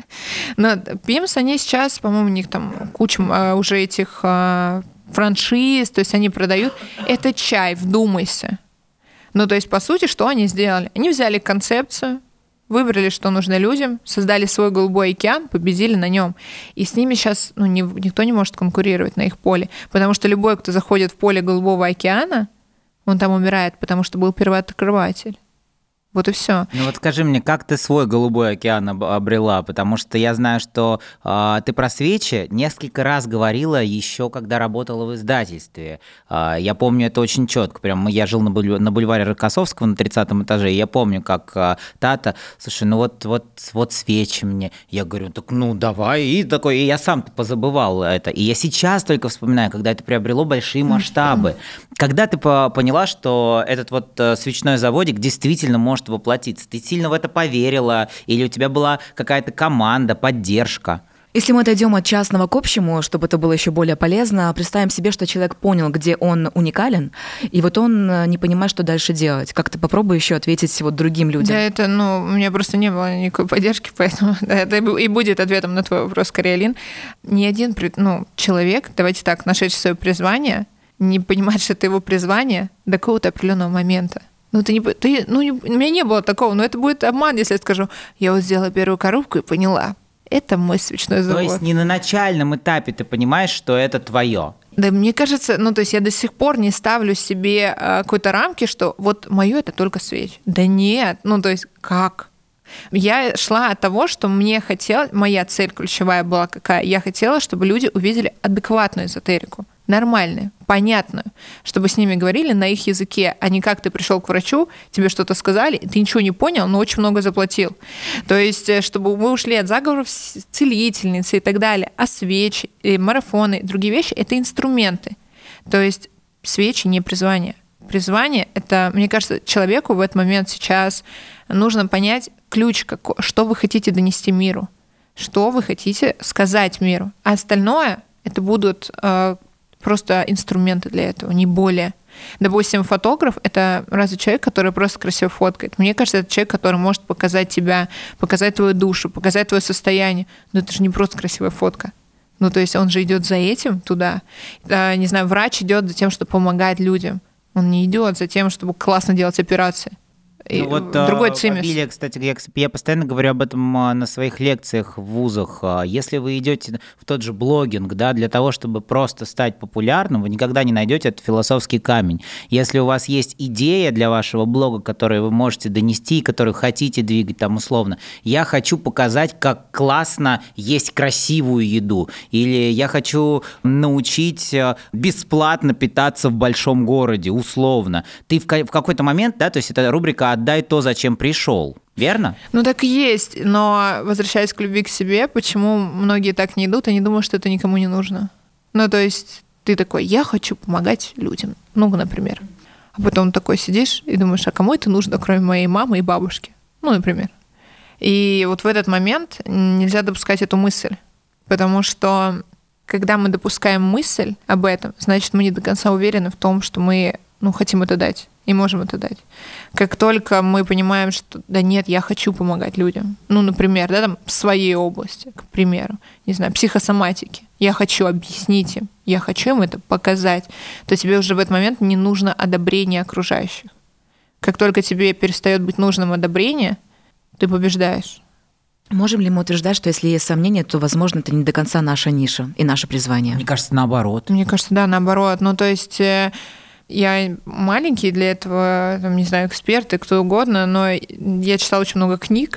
Но Пимс, они сейчас, по-моему, у них там куча а, уже этих а, франшиз, то есть они продают. Это чай, вдумайся. Ну, то есть, по сути, что они сделали? Они взяли концепцию, выбрали, что нужно людям, создали свой голубой океан, победили на нем. И с ними сейчас ну, не- никто не может конкурировать на их поле. Потому что любой, кто заходит в поле Голубого океана, он там умирает, потому что был первооткрыватель. Вот и все. Ну вот скажи мне, как ты свой голубой океан об- обрела? Потому что я знаю, что а, ты про свечи несколько раз говорила еще, когда работала в издательстве. А, я помню это очень четко. Прям я жил на, буль- на бульваре Рокоссовского на тридцатом этаже, и я помню, как а, Тата, слушай, ну вот, вот, вот свечи мне. Я говорю, так ну давай. И такой, и я сам позабывал это. И я сейчас только вспоминаю, когда это приобрело большие масштабы. Когда ты по- поняла, что этот вот э, свечной заводик действительно может воплотиться? Ты сильно в это поверила? Или у тебя была какая-то команда, поддержка? Если мы отойдем от частного к общему, чтобы это было еще более полезно, представим себе, что человек понял, где он уникален, и вот он э, не понимает, что дальше делать. Как-то попробуй еще ответить вот другим людям. Да, это, ну, у меня просто не было никакой поддержки, поэтому да, это и бу- и будет ответом на твой вопрос, скорее, Алин. Ни один при- ну, человек, давайте так, нашедший свое призвание, не понимает, что это его призвание до какого-то определенного момента. Ну, ты не, по- ты, ну, не- у меня не было такого, но это будет обман, если я скажу, я вот сделала первую коробку и поняла, это мой свечной То завод. есть не на начальном этапе ты понимаешь, что это твое. Да, мне кажется, ну, то есть я до сих пор не ставлю себе э, какой-то рамки, что вот мое это только свечи. Да нет, ну, то есть как? Я шла от того, что мне хотелось, моя цель ключевая была какая? Я хотела, чтобы люди увидели адекватную эзотерику, нормальную, понятную, чтобы с ними говорили на их языке, а не как ты пришел к врачу, тебе что-то сказали, ты ничего не понял, но очень много заплатил. То есть, э, чтобы мы ушли от заговоров с- целительницы и так далее, а свечи, и марафоны, другие вещи — это инструменты. То есть свечи не призвание. Призвание — это, мне кажется, человеку в этот момент сейчас нужно понять ключ, како- что вы хотите донести миру, что вы хотите сказать миру. А остальное — это будут э, просто инструменты для этого, не более. Допустим, фотограф — это разве человек, который просто красиво фоткает? Мне кажется, это человек, который может показать тебя, показать твою душу, показать твое состояние. Но это же не просто красивая фотка. Ну, то есть он же идет за этим туда. А, не знаю, врач идет за тем, чтобы помогать людям. Он не идет за тем, чтобы классно делать операции. И Ну вот другой а, цимис. обилие, кстати, я, я постоянно говорю об этом а, на своих лекциях в вузах. А, Если вы идете в тот же блогинг, да, для того, чтобы просто стать популярным, вы никогда не найдете этот философский камень. Если у вас есть идея для вашего блога, которую вы можете донести, которую хотите двигать, там условно, я хочу показать, как классно есть красивую еду, или я хочу научить а, бесплатно питаться в большом городе, условно. Ты в, ка- в какой-то момент, да, то есть это рубрика «Отдай то, зачем пришел». Верно? Ну так и есть, но возвращаясь к любви к себе, почему многие так не идут, они думают, что это никому не нужно. Ну то есть ты такой, я хочу помогать людям, ну, например. А потом такой сидишь и думаешь, а кому это нужно, кроме моей мамы и бабушки? Ну, например. И вот в этот момент нельзя допускать эту мысль, потому что когда мы допускаем мысль об этом, значит, мы не до конца уверены в том, что мы, ну, хотим это дать и можем это дать. Как только мы понимаем, что да нет, я хочу помогать людям, ну, например, да, там, в своей области, к примеру, не знаю, психосоматики, я хочу объяснить им, я хочу им это показать, то тебе уже в этот момент не нужно одобрение окружающих. Как только тебе перестает быть нужным одобрение, ты побеждаешь. Можем ли мы утверждать, что если есть сомнения, то, возможно, это не до конца наша ниша и наше призвание? Мне кажется, наоборот. Мне кажется, да, наоборот. Ну, то есть э, я маленький для этого, там, не знаю, эксперт и кто угодно, но я читала очень много книг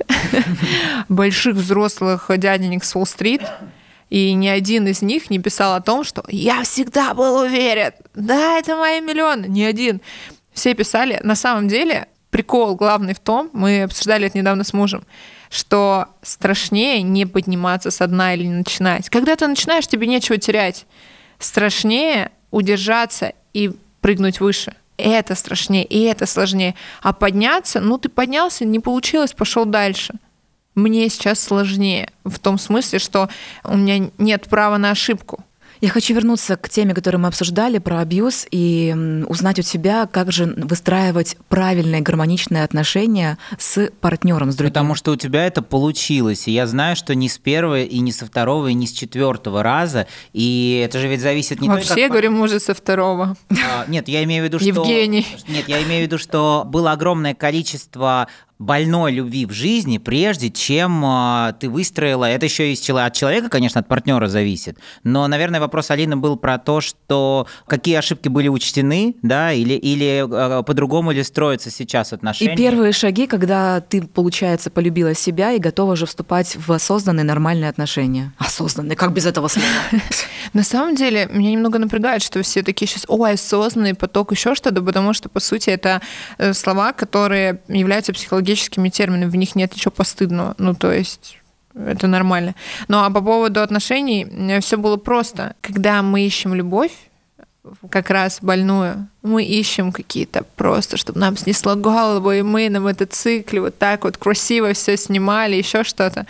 больших взрослых дяденек с Уолл-стрит, и ни один из них не писал о том, что «я всегда был уверен, да, это мои миллионы». Ни один. Все писали. На самом деле прикол главный в том, мы обсуждали это недавно с мужем, что страшнее не подниматься со дна или не начинать. Когда ты начинаешь, тебе нечего терять. Страшнее удержаться и прыгнуть выше. Это страшнее, и это сложнее. А подняться, ну ты поднялся, не получилось, пошел дальше. Мне сейчас сложнее. В том смысле, что у меня нет права на ошибку. Я хочу вернуться к теме, которую мы обсуждали, про абьюз, и узнать у тебя, как же выстраивать правильные гармоничные отношения с партнером, с другим. Потому что у тебя это получилось, и я знаю, что не с первого, и не со второго, и не с четвертого раза, и это же ведь зависит не Вообще, только... Вообще, говорим, мы уже со второго. А, нет, я имею в виду, что... Евгений. Нет, я имею в виду, что было огромное количество больной любви в жизни, прежде чем э, ты выстроила, это еще и от человека, конечно, от партнера зависит, но, наверное, вопрос Алины был про то, что какие ошибки были учтены, да, или, или э, по-другому ли строятся сейчас отношения. И первые шаги, когда ты, получается, полюбила себя и готова же вступать в осознанные нормальные отношения. Осознанные, как без этого слова? На самом деле, меня немного напрягает, что все такие сейчас, ой, осознанный поток, еще что-то, потому что, по сути, это слова, которые являются психологическими терминами, в них нет ничего постыдного, ну, то есть это нормально. Ну, а по поводу отношений все было просто. Когда мы ищем любовь, как раз больную, мы ищем какие-то просто, чтобы нам снесло голову, и мы на мотоцикле вот так вот красиво все снимали, еще что-то.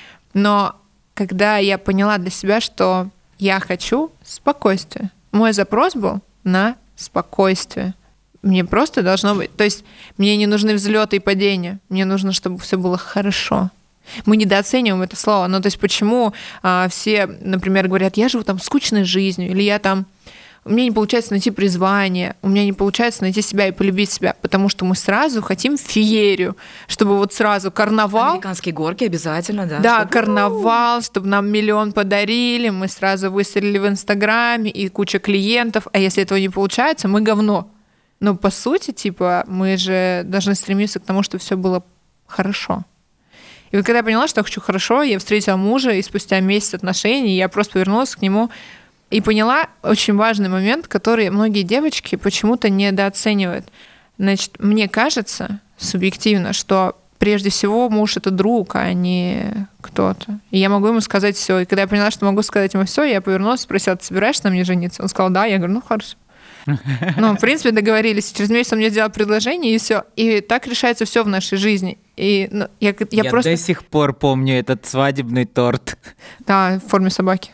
Но когда я поняла для себя, что я хочу спокойствия, мой запрос был на спокойствие. Мне просто должно быть... То есть мне не нужны взлеты и падения. Мне нужно, чтобы все было хорошо. Мы недооцениваем это слово. Ну, то есть почему а, все, например, говорят, я живу там скучной жизнью, или я там... У меня не получается найти призвание, у меня не получается найти себя и полюбить себя, потому что мы сразу хотим феерию, чтобы вот сразу карнавал... Американские горки обязательно, да. Да, чтобы... карнавал, чтобы нам миллион подарили, мы сразу выстрелили в Инстаграме и куча клиентов, а если этого не получается, мы говно. Но по сути, типа, мы же должны стремиться к тому, чтобы все было хорошо. И вот когда я поняла, что я хочу хорошо, я встретила мужа, и спустя месяц отношений я просто повернулась к нему и поняла очень важный момент, который многие девочки почему-то недооценивают. Значит, мне кажется, субъективно, что прежде всего муж — это друг, а не кто-то. И я могу ему сказать все. И когда я поняла, что могу сказать ему все, я повернулась, спросила, ты собираешься на мне жениться? Он сказал, да. Я говорю, ну хорошо. Ну, в принципе, договорились. Через месяц он мне сделал предложение, и все. И так решается все в нашей жизни. И ну, я, я, я просто... до сих пор помню этот свадебный торт. Да, в форме собаки.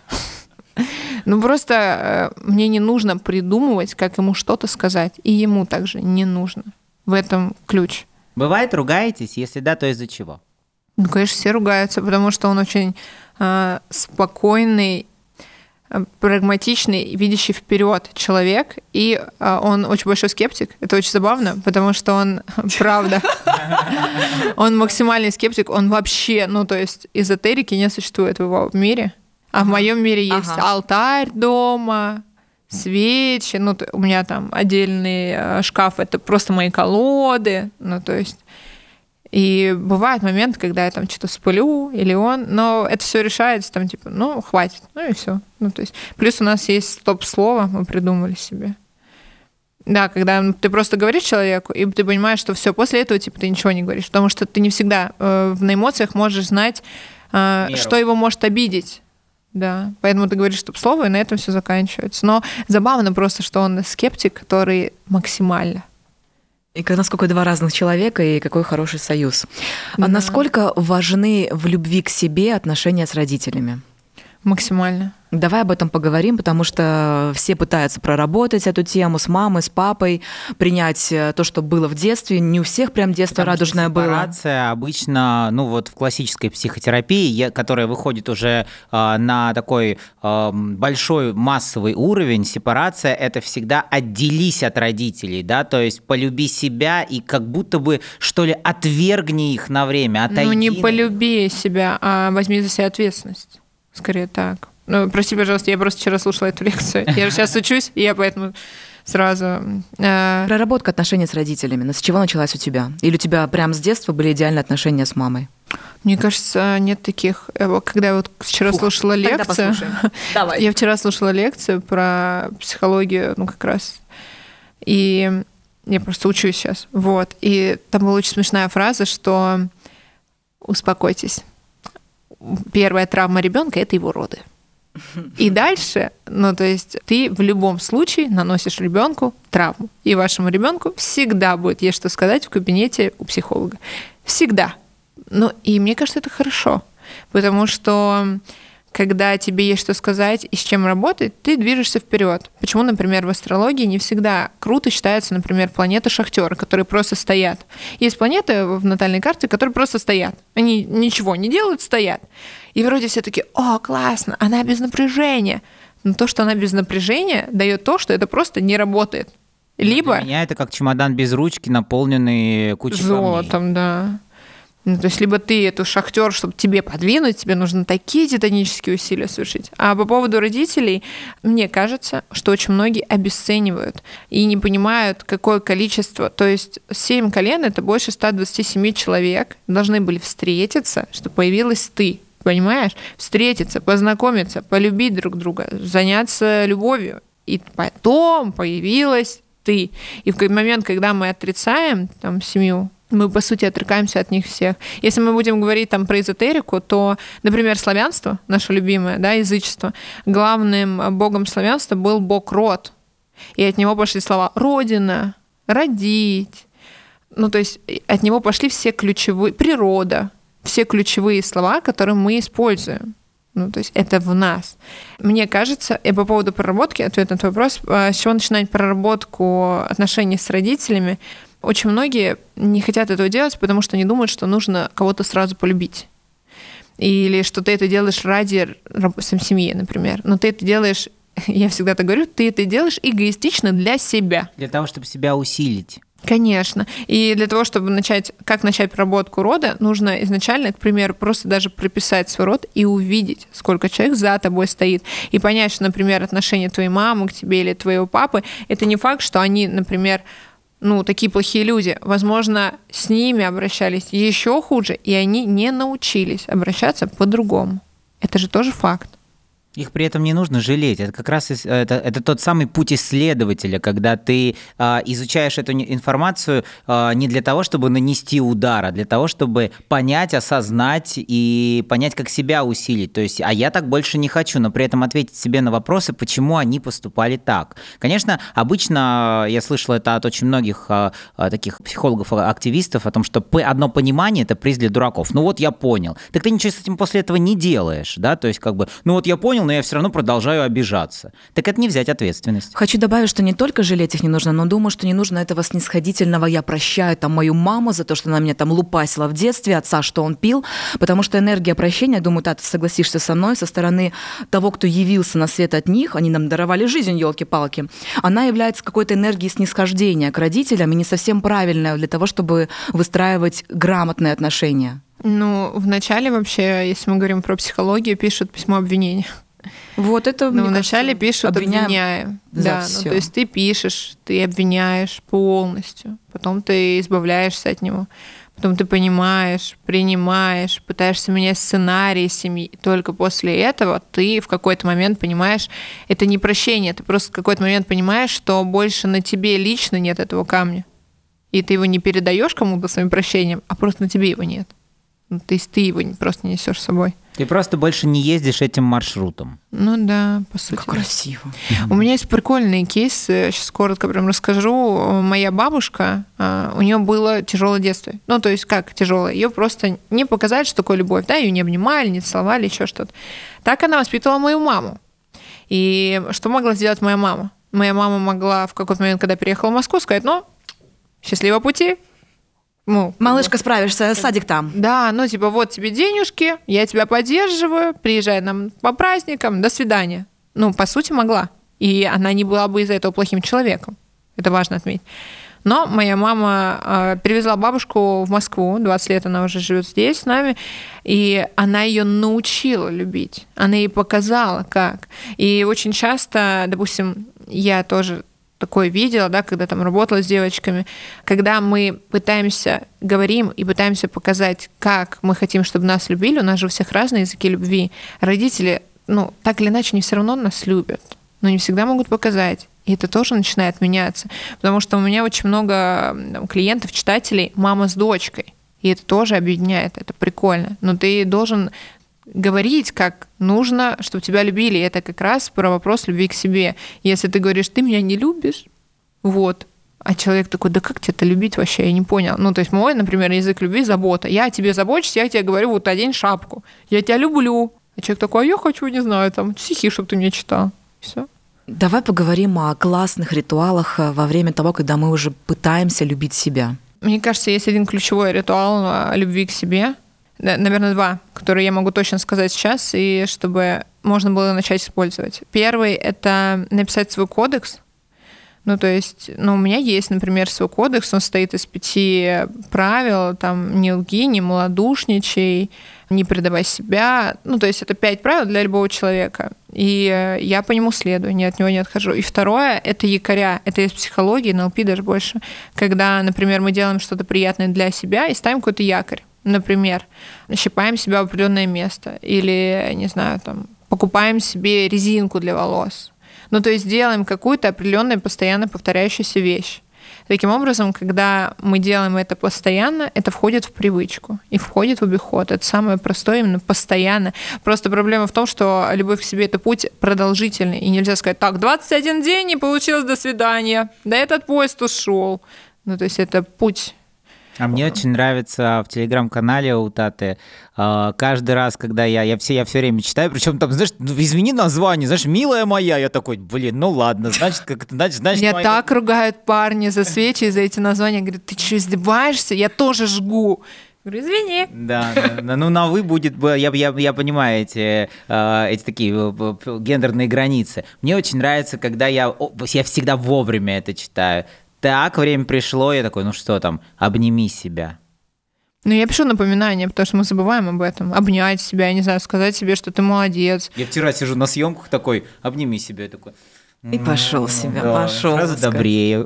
Ну, просто э, мне не нужно придумывать, как ему что-то сказать. И ему также не нужно. В этом ключ. Бывает, ругаетесь? Если да, то из-за чего? Ну, конечно, все ругаются, потому что он очень э, спокойный, прагматичный, видящий вперед человек, и он очень большой скептик. Это очень забавно, потому что он, правда, он максимальный скептик, он вообще, ну, то есть эзотерики не существует в его мире, а в моем мире есть ага. алтарь дома, свечи, ну, у меня там отдельный шкаф, это просто мои колоды, ну, то есть... И бывают моменты, когда я там что-то вспылю, или он, но это все решается, там, типа, ну, хватит, ну и все. Ну, то есть, плюс у нас есть стоп-слово, мы придумали себе. Да, когда ты просто говоришь человеку, и ты понимаешь, что все, после этого, типа, ты ничего не говоришь, потому что ты не всегда э, на эмоциях можешь знать, э, что его может обидеть. Да, поэтому ты говоришь стоп-слово, и на этом все заканчивается. Но забавно просто, что он скептик, который максимально. И насколько два разных человека, и какой хороший союз. Да. А насколько важны в любви к себе отношения с родителями? Максимально. Давай об этом поговорим, потому что все пытаются проработать эту тему с мамой, с папой, принять то, что было в детстве. Не у всех прям детство потому радужное было. Сепарация обычно, ну вот в классической психотерапии, которая выходит уже э, на такой э, большой массовый уровень, сепарация — это всегда отделись от родителей, да, то есть полюби себя и как будто бы, что ли, отвергни их на время, отойди. Ну не полюби себя, а возьми за себя ответственность. Скорее так. Ну, прости, пожалуйста, я просто вчера слушала эту лекцию. Я же сейчас учусь, и я поэтому сразу... Э... Проработка отношений с родителями. С чего началась у тебя? Или у тебя прям с детства были идеальные отношения с мамой? Мне кажется, нет таких. Когда я вот вчера Фух, слушала лекцию... Давай. Я вчера слушала лекцию про психологию, ну, как раз. И я просто учусь сейчас. Вот. И там была очень смешная фраза, что успокойтесь. Первая травма ребенка — это его роды. И дальше, ну то есть ты в любом случае наносишь ребенку травму, и вашему ребенку всегда будет есть что сказать в кабинете у психолога. Всегда. Ну и мне кажется, это хорошо, потому что когда тебе есть что сказать и с чем работать, ты движешься вперед. Почему, например, в астрологии не всегда круто считается, например, планеты шахтера, которые просто стоят. Есть планеты в натальной карте, которые просто стоят. Они ничего не делают, стоят. И вроде все такие: о, классно, она без напряжения. Но то, что она без напряжения, дает то, что это просто не работает. Либо... Для меня это как чемодан без ручки, наполненный кучей золотом, камней. Да. Ну, то есть либо ты эту шахтер, чтобы тебе подвинуть, тебе нужно такие титанические усилия совершить. А по поводу родителей, мне кажется, что очень многие обесценивают и не понимают, какое количество. То есть семь колен — это больше ста двадцати семи человек должны были встретиться, чтобы появилась ты. Понимаешь? Встретиться, познакомиться, полюбить друг друга, заняться любовью. И потом появилась ты. И в какой-то момент, когда мы отрицаем там семью, мы, по сути, отрекаемся от них всех. Если мы будем говорить там про эзотерику, то, например, славянство, наше любимое, да, язычество, главным богом славянства был бог Род. И от него пошли слова «родина», «родить». Ну, то есть от него пошли все ключевые... «природа», все ключевые слова, которые мы используем. Ну, то есть это в нас. Мне кажется, и по поводу проработки, ответ на твой вопрос, с чего начинать проработку отношений с родителями, очень многие не хотят этого делать, потому что они думают, что нужно кого-то сразу полюбить. Или что ты это делаешь ради семьи, например. Но ты это делаешь, я всегда так говорю, ты это делаешь эгоистично для себя. Для того, чтобы себя усилить. Конечно. И для того, чтобы начать, как начать проработку рода, нужно изначально, к примеру, просто даже прописать свой род и увидеть, сколько человек за тобой стоит. И понять, что, например, отношение твоей мамы к тебе или твоего папы, это не факт, что они, например, ну, такие плохие люди. Возможно, с ними обращались еще хуже, и они не научились обращаться по-другому. Это же тоже факт. Их при этом не нужно жалеть. Это как раз это, это тот самый путь исследователя, когда ты э, изучаешь эту информацию э, не для того, чтобы нанести удар, а для того, чтобы понять, осознать и понять, как себя усилить. То есть, а я так больше не хочу, но при этом ответить себе на вопросы, почему они поступали так. Конечно, обычно я слышал это от очень многих э, таких психологов-активистов о том, что одно понимание — это приз для дураков. Ну вот я понял. Так ты ничего с этим после этого не делаешь, да? То есть как бы, ну вот я понял, понял, но я все равно продолжаю обижаться. Так это не взять ответственность. Хочу добавить, что не только жалеть их не нужно, но думаю, что не нужно этого снисходительного «я прощаю там мою маму за то, что она меня там лупасила в детстве, отца, что он пил», потому что энергия прощения, думаю, да, ты согласишься со мной, со стороны того, кто явился на свет от них, они нам даровали жизнь, елки-палки, она является какой-то энергией снисхождения к родителям и не совсем правильная для того, чтобы выстраивать грамотные отношения. Ну, вначале вообще, если мы говорим про психологию, пишут письмо обвинения. Вот это, Ну, мне вначале кажется, пишут обвиняем обвиняем. за Да, всё. ну, то есть ты пишешь, ты обвиняешь полностью, потом ты избавляешься от него, потом ты понимаешь, принимаешь, пытаешься менять сценарий семьи. И только после этого ты в какой-то момент понимаешь, это не прощение, ты просто в какой-то момент понимаешь, что больше на тебе лично нет этого камня. И ты его не передаешь кому-то своим прощением, а просто на тебе его нет. Ну, то есть ты его не- просто не несешь с собой. Ты просто больше не ездишь этим маршрутом. Ну да, по сути. Как да. красиво. У меня есть прикольный кейс, сейчас коротко прям расскажу. Моя бабушка, а, у нее было тяжелое детство. Ну, то есть как тяжелое? Ее просто не показали, что такое любовь, да, ее не обнимали, не целовали, еще что-то. Так она воспитывала мою маму. И что могла сделать моя мама? Моя мама могла в какой-то момент, когда переехала в Москву, сказать: ну, счастливого пути. Ну, Малышка, справишься, садик там. да, ну типа вот тебе денежки, я тебя поддерживаю, приезжай нам по праздникам, до свидания. Ну, по сути, могла. И она не была бы из-за этого плохим человеком. Это важно отметить. Но моя мама э, перевезла бабушку в Москву, двадцать лет она уже живет здесь с нами, и она ее научила любить. Она ей показала, как. И очень часто, допустим, я тоже такое видела, да, когда там работала с девочками, когда мы пытаемся, говорим и пытаемся показать, как мы хотим, чтобы нас любили, у нас же у всех разные языки любви. Родители, ну, так или иначе, они все равно нас любят, но не всегда могут показать. И это тоже начинает меняться. Потому что у меня очень много там, клиентов, читателей, мама с дочкой. И это тоже объединяет, это прикольно. Но ты должен говорить, как нужно, чтобы тебя любили. И это как раз про вопрос любви к себе. Если ты говоришь: ты меня не любишь, вот, а человек такой: да как тебя-то любить вообще, я не понял. Ну, то есть мой, например, язык любви — забота. Я о тебе забочусь, я тебе говорю: вот одень шапку, я тебя люблю. А человек такой: а я хочу, не знаю, там, стихи, чтобы ты мне читал. Все. Давай поговорим о классных ритуалах во время того, когда мы уже пытаемся любить себя. Мне кажется, есть один ключевой ритуал а, любви к себе. Да, наверное, два, которые я могу точно сказать сейчас, и чтобы можно было начать использовать. Первый — это написать свой кодекс. Ну, то есть, ну, у меня есть, например, свой кодекс, он состоит из пяти правил, там, не лги, не малодушничай, не предавай себя. Ну, то есть это пять правил для любого человека. И я по нему следую, ни от него не отхожу. И второе — это якоря. Это из психологии, эн эл пи даже больше. Когда, например, мы делаем что-то приятное для себя и ставим какой-то якорь. Например, щипаем себя в определенное место. Или, не знаю, там, покупаем себе резинку для волос. Ну, то есть делаем какую-то определенную постоянно повторяющуюся вещь. Таким образом, когда мы делаем это постоянно, это входит в привычку и входит в обиход. Это самое простое, именно постоянно. Просто проблема в том, что любовь к себе — это путь продолжительный. И нельзя сказать: так, двадцать один день и получилось, до свидания. Да этот поезд ушел. Ну, то есть это путь. А мне очень нравится в телеграм-канале у Таты э, каждый раз, когда я, я, все, я все время читаю, причем там, знаешь, ну, измени название, знаешь, «Милая моя», я такой: блин, ну ладно, значит, как это, значит, значит... Меня моя... так ругают парни за свечи и за эти названия. Говорят: ты что, издеваешься? Я тоже жгу. Говорю: извини. Да, да, да, ну на «вы» будет, я, я, я понимаю эти, э, эти такие э, гендерные границы. Мне очень нравится, когда я, о, я всегда вовремя это читаю. Так, время пришло, я такой: ну что там, обними себя. Ну, я пишу напоминания, потому что мы забываем об этом. Обнять себя, я не знаю, сказать себе, что ты молодец. Я вчера сижу на съемках такой: обними себя, я такой... И пошел себя, Да, пошел. сразу добрею.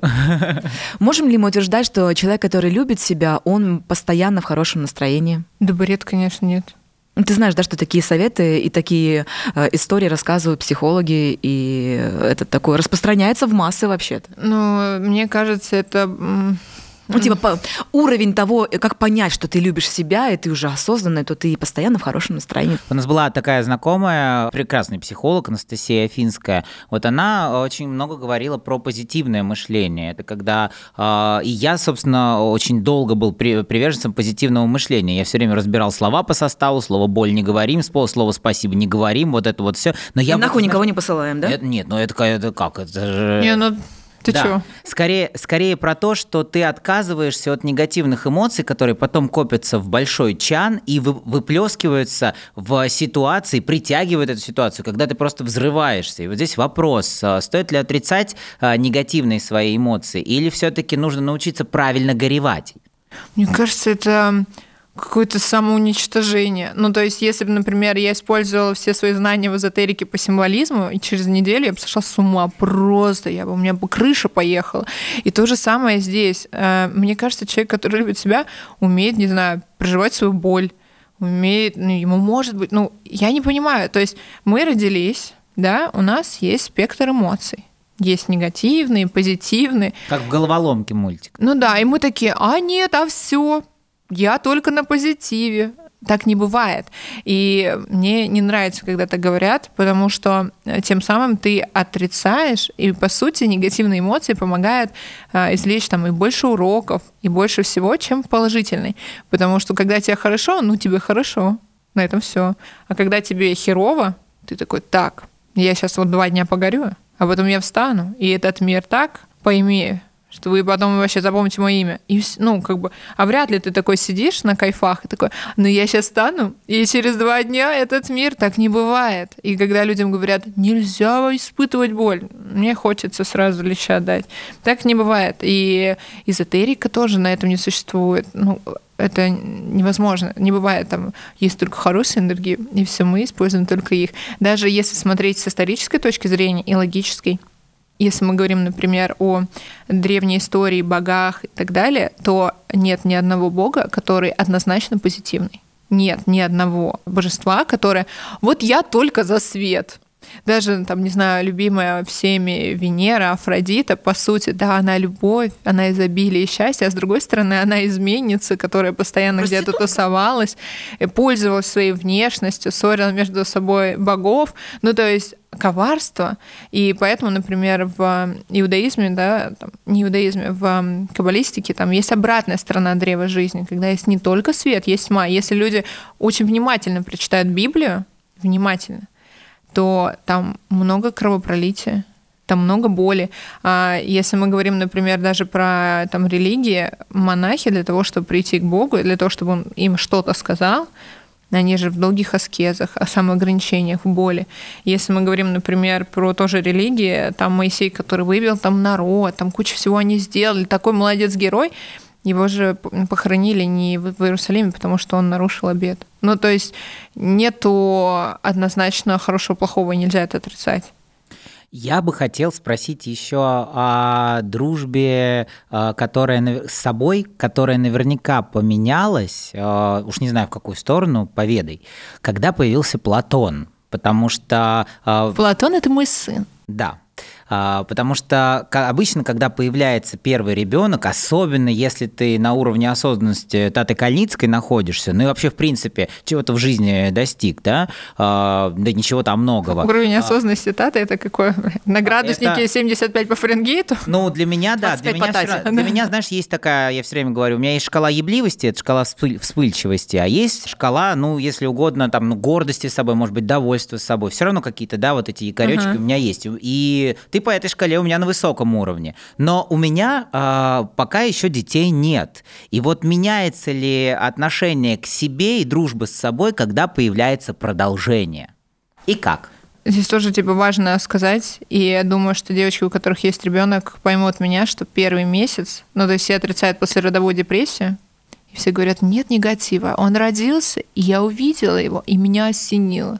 Можем ли мы утверждать, что человек, который любит себя, он постоянно в хорошем настроении? Да бред, конечно, нет. Ну, ты знаешь, да, что такие советы и такие э, истории рассказывают психологи, и это такое распространяется в массы вообще-то. Ну, мне кажется, это м, Ну, типа, по, уровень того, как понять, что ты любишь себя, и ты уже осознанный, то ты постоянно в хорошем настроении. У нас была такая знакомая, прекрасный психолог Анастасия Афинская. Вот она очень много говорила про позитивное мышление. Это когда... Э, и я, собственно, очень долго был при, приверженцем позитивного мышления. Я все время разбирал слова по составу, слово «боль» не говорим, слово «спасибо» не говорим, вот это вот все. Но я и нахуй вот, никого не посылаем, да? Это, нет, ну это, это как? Это же... Не, ну... Ты да. чё? Скорее, скорее про то, что ты отказываешься от негативных эмоций, которые потом копятся в большой чан и вы, выплескиваются в ситуации, притягивают эту ситуацию, когда ты просто взрываешься. И вот здесь вопрос, стоит ли отрицать негативные свои эмоции, или все-таки нужно научиться правильно горевать? Мне кажется, это... какое-то самоуничтожение. Ну, то есть, если бы, например, я использовала все свои знания в эзотерике по символизму, и через неделю я бы сошла с ума просто, я бы, у меня бы крыша поехала. И то же самое здесь. Мне кажется, человек, который любит себя, умеет, не знаю, проживать свою боль, умеет, ну, ему может быть, ну, я не понимаю. То есть, мы родились, да, у нас есть спектр эмоций. Есть негативные, позитивные. Как в головоломке мультик. Ну да, и мы такие, а нет, а все. Я только на позитиве. Так не бывает. И мне не нравится, когда так говорят, потому что тем самым ты отрицаешь, и, по сути, негативные эмоции помогают э, извлечь там и больше уроков, и больше всего, чем положительный. Потому что когда тебе хорошо, ну тебе хорошо, на этом все. А когда тебе херово, ты такой, так, я сейчас вот два дня погорю, а потом я встану, и этот мир так поимею, что вы потом вообще запомните мое имя. И, ну, как бы, а вряд ли ты такой сидишь на кайфах и такой, ну, я сейчас стану, и через два дня этот мир, так не бывает. И когда людям говорят, нельзя испытывать боль, мне хочется сразу леща дать. Так не бывает. И эзотерика тоже на этом не существует. Ну, это невозможно. Не бывает там, есть только хорошие энергии, и все, мы используем только их. Даже если смотреть с исторической точки зрения и логической, если мы говорим, например, о древней истории, богах и так далее, то нет ни одного бога, который однозначно позитивный. Нет ни одного божества, которое «вот я только за свет». Даже, там, не знаю, любимая всеми Венера, Афродита, по сути, да, она любовь, она изобилие и счастье, а с другой стороны, она изменница, которая постоянно где-то тусовалась, пользовалась своей внешностью, ссорила между собой богов, ну, то есть коварство. И поэтому, например, в иудаизме, да, там, не иудаизме, в каббалистике там есть обратная сторона древа жизни, когда есть не только свет, есть тьма. Если люди очень внимательно прочитают Библию, внимательно, то там много кровопролития, там много боли. А если мы говорим, например, даже про там, религии, монахи для того, чтобы прийти к Богу, для того, чтобы он им что-то сказал, они же в долгих аскезах, о самоограничениях, в боли. Если мы говорим, например, про тоже религии, там Моисей, который вывел там народ, там кучу всего они сделали, такой молодец-герой, его же похоронили не в Иерусалиме, потому что он нарушил обет. Ну, то есть нету однозначно хорошего-плохого, нельзя это отрицать. Я бы хотел спросить еще о дружбе, которая с собой, которая наверняка поменялась, уж не знаю в какую сторону, поведай, когда появился Платон, потому что... Платон — это мой сын. Да. Потому что обычно, когда появляется первый ребенок, особенно если ты на уровне осознанности Таты Кальницкой находишься, ну и вообще, в принципе, чего-то в жизни достиг, да, да ничего там многого. Уровень осознанности Таты — это какой? На градуснике это... семьдесят пять по Фаренгейту? Ну, для меня, да. Для меня, все, для меня, знаешь, есть такая, я все время говорю, у меня есть шкала ебливости, это шкала вспыльчивости, а есть шкала, ну, если угодно, там, ну, гордости с собой, может быть, довольства с собой. Все равно какие-то, да, вот эти якоречки uh-huh. у меня есть. И ты по этой шкале у меня на высоком уровне. Но у меня э, пока еще детей нет. И вот меняется ли отношение к себе и дружба с собой, когда появляется продолжение? И как? Здесь тоже типа важно сказать, и я думаю, что девочки, у которых есть ребенок, поймут меня, что первый месяц, ну то есть все отрицают послеродовую депрессию, и все говорят, нет негатива. Он родился, и я увидела его, и меня осенило.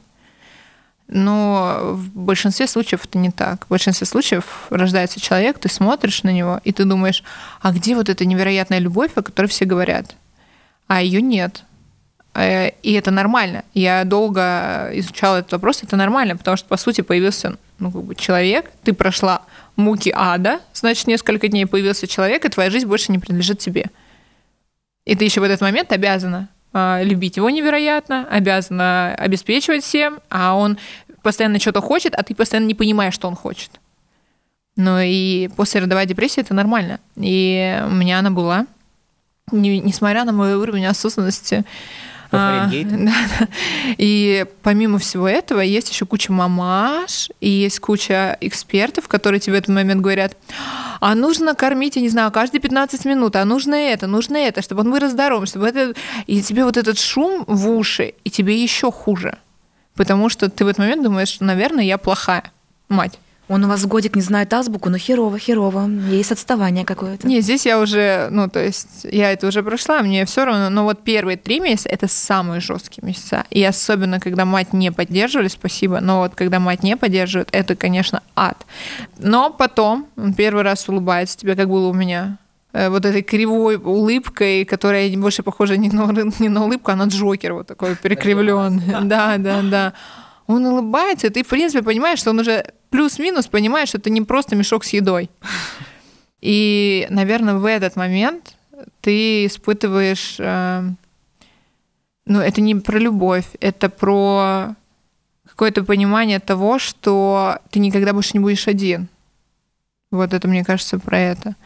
Но в большинстве случаев это не так. В большинстве случаев рождается человек, ты смотришь на него, и ты думаешь, а где вот эта невероятная любовь, о которой все говорят? А ее нет. И это нормально. Я долго изучала этот вопрос, это нормально, потому что, по сути, появился ну, как бы человек, ты прошла муки ада, значит, несколько дней появился человек, и твоя жизнь больше не принадлежит тебе. И ты еще в этот момент обязана э, любить его невероятно, обязана обеспечивать всем, а он постоянно что-то хочет, а ты постоянно не понимаешь, что он хочет. Ну и послеродовая депрессия – это нормально. И у меня она была, не, несмотря на мой уровень осознанности. А, да, да. И помимо всего этого есть еще куча мамаш, и есть куча экспертов, которые тебе в этот момент говорят: а нужно кормить, я не знаю, каждые пятнадцать минут, а нужно это, нужно это, чтобы он вырос здоровым, чтобы это... И тебе вот этот шум в уши, и тебе еще хуже. Потому что ты в этот момент думаешь, что, наверное, я плохая мать. Он у вас в годик не знает азбуку, но херово, херово, есть отставание какое-то. Не, здесь я уже, ну, то есть, я это уже прошла, мне все равно, но вот первые три месяца — это самые жесткие месяца. И особенно, когда мать не поддерживали, спасибо, но вот когда мать не поддерживает, это, конечно, ад. Но потом он первый раз улыбается тебе, как было у меня, вот этой кривой улыбкой, которая больше похожа не на, не на улыбку, а на Джокер, вот такой перекривленный. Да, да, да. Он улыбается, и ты, в принципе, понимаешь, что он уже плюс-минус понимает, что это не просто мешок с едой. И, наверное, в этот момент ты испытываешь... Э, ну, это не про любовь, это про какое-то понимание того, что ты никогда больше не будешь один. Вот это, мне кажется, про это.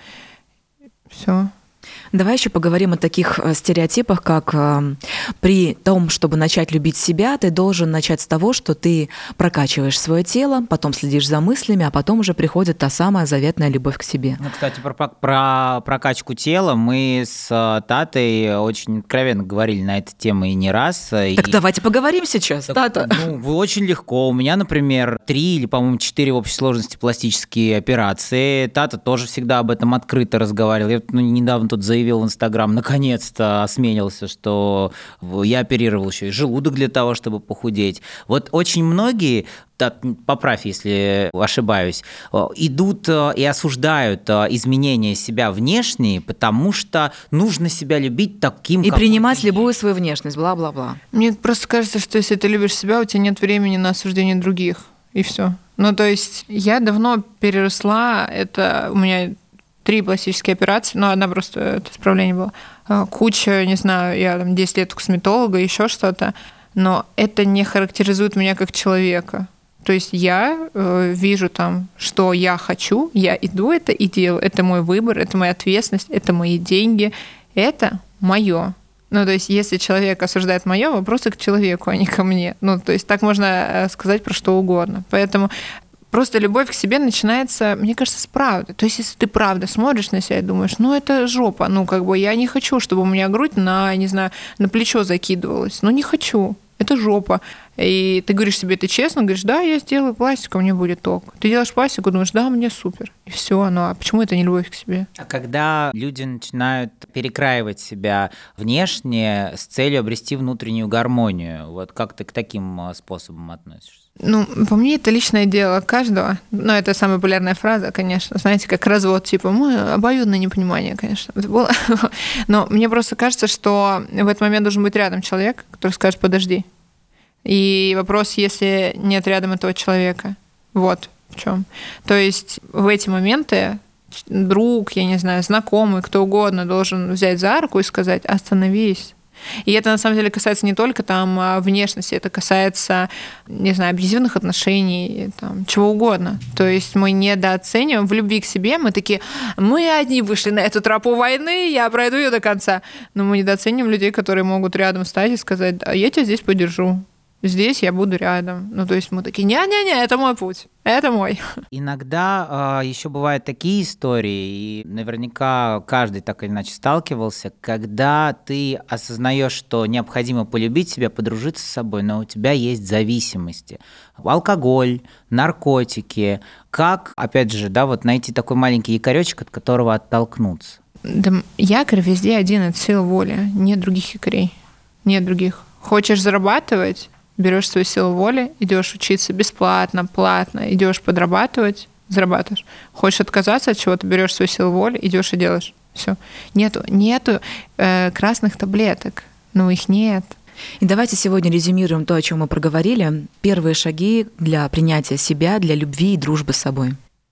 Все. Давай еще поговорим о таких стереотипах, как э, при том, чтобы начать любить себя, ты должен начать с того, что ты прокачиваешь свое тело, потом следишь за мыслями, а потом уже приходит та самая заветная любовь к себе. Ну, кстати, про, про прокачку тела мы с Татой очень откровенно говорили на эту тему и не раз. Так и... давайте поговорим сейчас, так, Тата. Ну, очень легко. У меня, например, три или, по-моему, четыре в общей сложности пластические операции. Тата тоже всегда об этом открыто разговаривала. Я ну, недавно тут заявил в Инстаграм, наконец-то осмелился, что я оперировал еще и желудок для того, чтобы похудеть. Вот очень многие, поправь, если ошибаюсь, идут и осуждают изменения себя внешние, потому что нужно себя любить таким, и принимать любую свою внешность, бла-бла-бла. Мне просто кажется, что если ты любишь себя, у тебя нет времени на осуждение других, и все. Ну, то есть я давно переросла, это у меня три пластические операции, но одна просто это исправление было. Куча, не знаю, я там десять лет у косметолога, еще что-то, но это не характеризует меня как человека. То есть я э, вижу там, что я хочу, я иду это и делаю. Это мой выбор, это моя ответственность, это мои деньги, это мое. Ну, то есть если человек осуждает мое, вопросы к человеку, а не ко мне. Ну, то есть так можно сказать про что угодно. Поэтому просто любовь к себе начинается, мне кажется, с правды. То есть, если ты правда смотришь на себя и думаешь, ну, это жопа, ну, как бы я не хочу, чтобы у меня грудь на, не знаю, на плечо закидывалась. Ну, не хочу. Это жопа. И ты говоришь себе это честно, говоришь, да, я сделаю пластику, мне будет ток. Ты делаешь пластику, думаешь, да, мне супер. И все, ну а почему это не любовь к себе? А когда люди начинают перекраивать себя внешне с целью обрести внутреннюю гармонию, вот как ты к таким способам относишься? Ну, по мне, это личное дело каждого. Но это самая популярная фраза, конечно. Знаете, как развод, типа, мы обоюдное непонимание, конечно. Но мне просто кажется, что в этот момент должен быть рядом человек, который скажет, подожди. И вопрос, если нет рядом этого человека. Вот в чем. То есть в эти моменты друг, я не знаю, знакомый, кто угодно должен взять за руку и сказать, остановись. И это на самом деле касается не только там внешности, это касается, не знаю, абьюзивных отношений, там, чего угодно. То есть мы недооцениваем в любви к себе, мы такие, мы одни вышли на эту тропу войны, я пройду ее до конца. Но мы недооцениваем людей, которые могут рядом стать и сказать, а я тебя здесь поддержу. Здесь я буду рядом. Ну, то есть мы такие, не-не-не, это мой путь, это мой. Иногда э, еще бывают такие истории, и наверняка каждый так или иначе сталкивался, когда ты осознаешь, что необходимо полюбить себя, подружиться с собой, но у тебя есть зависимости. Алкоголь, наркотики. Как, опять же, да, вот найти такой маленький якоречек, от которого оттолкнуться? Да, якорь везде один, это сила воли. Нет других якорей. Нет других. Хочешь зарабатывать? Берешь свою силу воли, идешь учиться бесплатно, платно, идешь подрабатывать, зарабатываешь. Хочешь отказаться от чего-то, берешь свою силу воли, идешь и делаешь. Все. Нету, нету э, красных таблеток. Ну, их нет. И давайте сегодня резюмируем то, о чем мы проговорили. Первые шаги для принятия себя, для любви и дружбы с собой.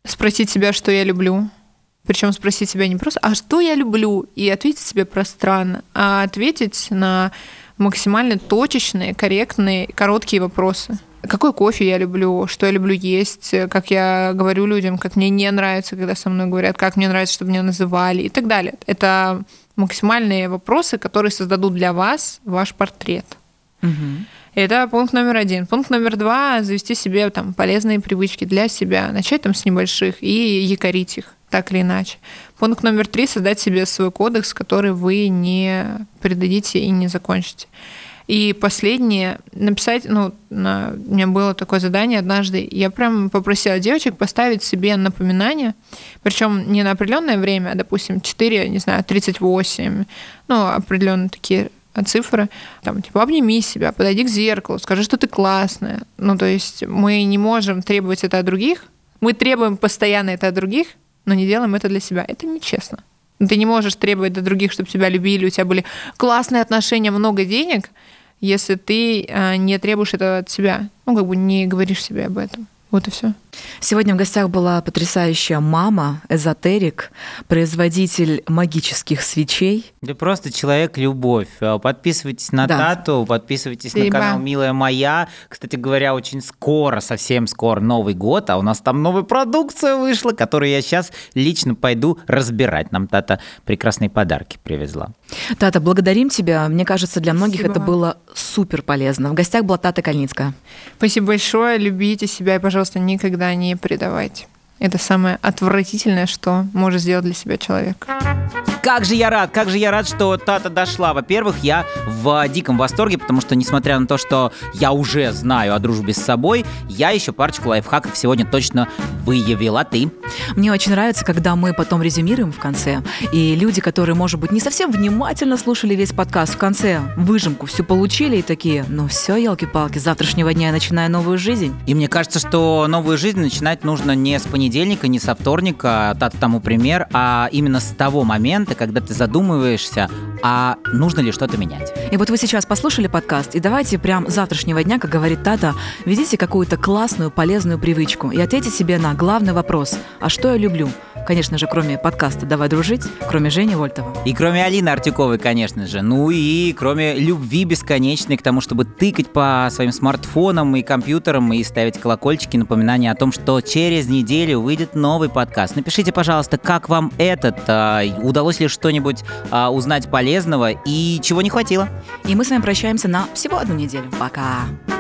спросить себя, что я люблю. Причем спросить себя не просто, а что я люблю? И ответить себе пространно, а ответить на максимально точечные, корректные, короткие вопросы. Какой кофе я люблю, что я люблю есть, как я говорю людям, как мне не нравится, когда со мной говорят, как мне нравится, чтобы меня называли и так далее. Это максимальные вопросы, которые создадут для вас ваш портрет. Угу. Это пункт номер один. Пункт номер два – завести себе там полезные привычки для себя, начать там с небольших и якорить их, так или иначе. Пункт номер три – создать себе свой кодекс, который вы не предадите и не закончите. И последнее – написать, ну, на, у меня было такое задание однажды, я прям попросила девочек поставить себе напоминание, причем не на определенное время, а, допустим, четыре, не знаю, тридцать восемь, ну, определенные такие цифры, там, типа, обними себя, подойди к зеркалу, скажи, что ты классная. Ну, то есть мы не можем требовать это от других, мы требуем постоянно это от других, но не делаем это для себя. Это нечестно. Ты не можешь требовать от других, чтобы тебя любили, у тебя были классные отношения, много денег, если ты не требуешь этого от себя. Ну, как бы не говоришь себе об этом. Вот и все. Сегодня в гостях была потрясающая мама, эзотерик, производитель магических свечей. Да просто человек-любовь. Подписывайтесь на да. Тату, подписывайтесь Спасибо. На канал «Милая моя». Кстати говоря, очень скоро, совсем скоро Новый год, а у нас там новая продукция вышла, которую я сейчас лично пойду разбирать. Нам Тата прекрасные подарки привезла. Тата, благодарим тебя. Мне кажется, для многих Спасибо. Это было супер полезно. В гостях была Тата Кальницкая. Спасибо большое. Любите себя и, пожалуйста, никогда не предавайте. Это самое отвратительное, что может сделать для себя человек. Как же я рад, как же я рад, что Тата дошла. Во-первых, я в диком восторге, потому что, несмотря на то, что я уже знаю о дружбе с собой, я еще парочку лайфхаков сегодня точно выявила. Ты? Мне очень нравится, когда мы потом резюмируем в конце, и люди, которые, может быть, не совсем внимательно слушали весь подкаст, в конце выжимку всю получили и такие, ну все, елки-палки, с завтрашнего дня я начинаю новую жизнь. И мне кажется, что новую жизнь начинать нужно не с понедельника, не со вторника, Тата тому пример, а именно с того момента, когда ты задумываешься, а нужно ли что-то менять. И вот вы сейчас послушали подкаст, и давайте прям с завтрашнего дня, как говорит Тата, введите какую-то классную, полезную привычку и ответьте себе на главный вопрос: а что я люблю? Конечно же, кроме подкаста «Давай дружить», кроме Жени Вольтова. И кроме Алины Артюковой, конечно же. Ну и кроме любви бесконечной к тому, чтобы тыкать по своим смартфонам и компьютерам и ставить колокольчики, напоминания о том, что через неделю выйдет новый подкаст. Напишите, пожалуйста, как вам этот, удалось ли что-нибудь узнать полезного и чего не хватило. И мы с вами прощаемся на всего одну неделю. Пока!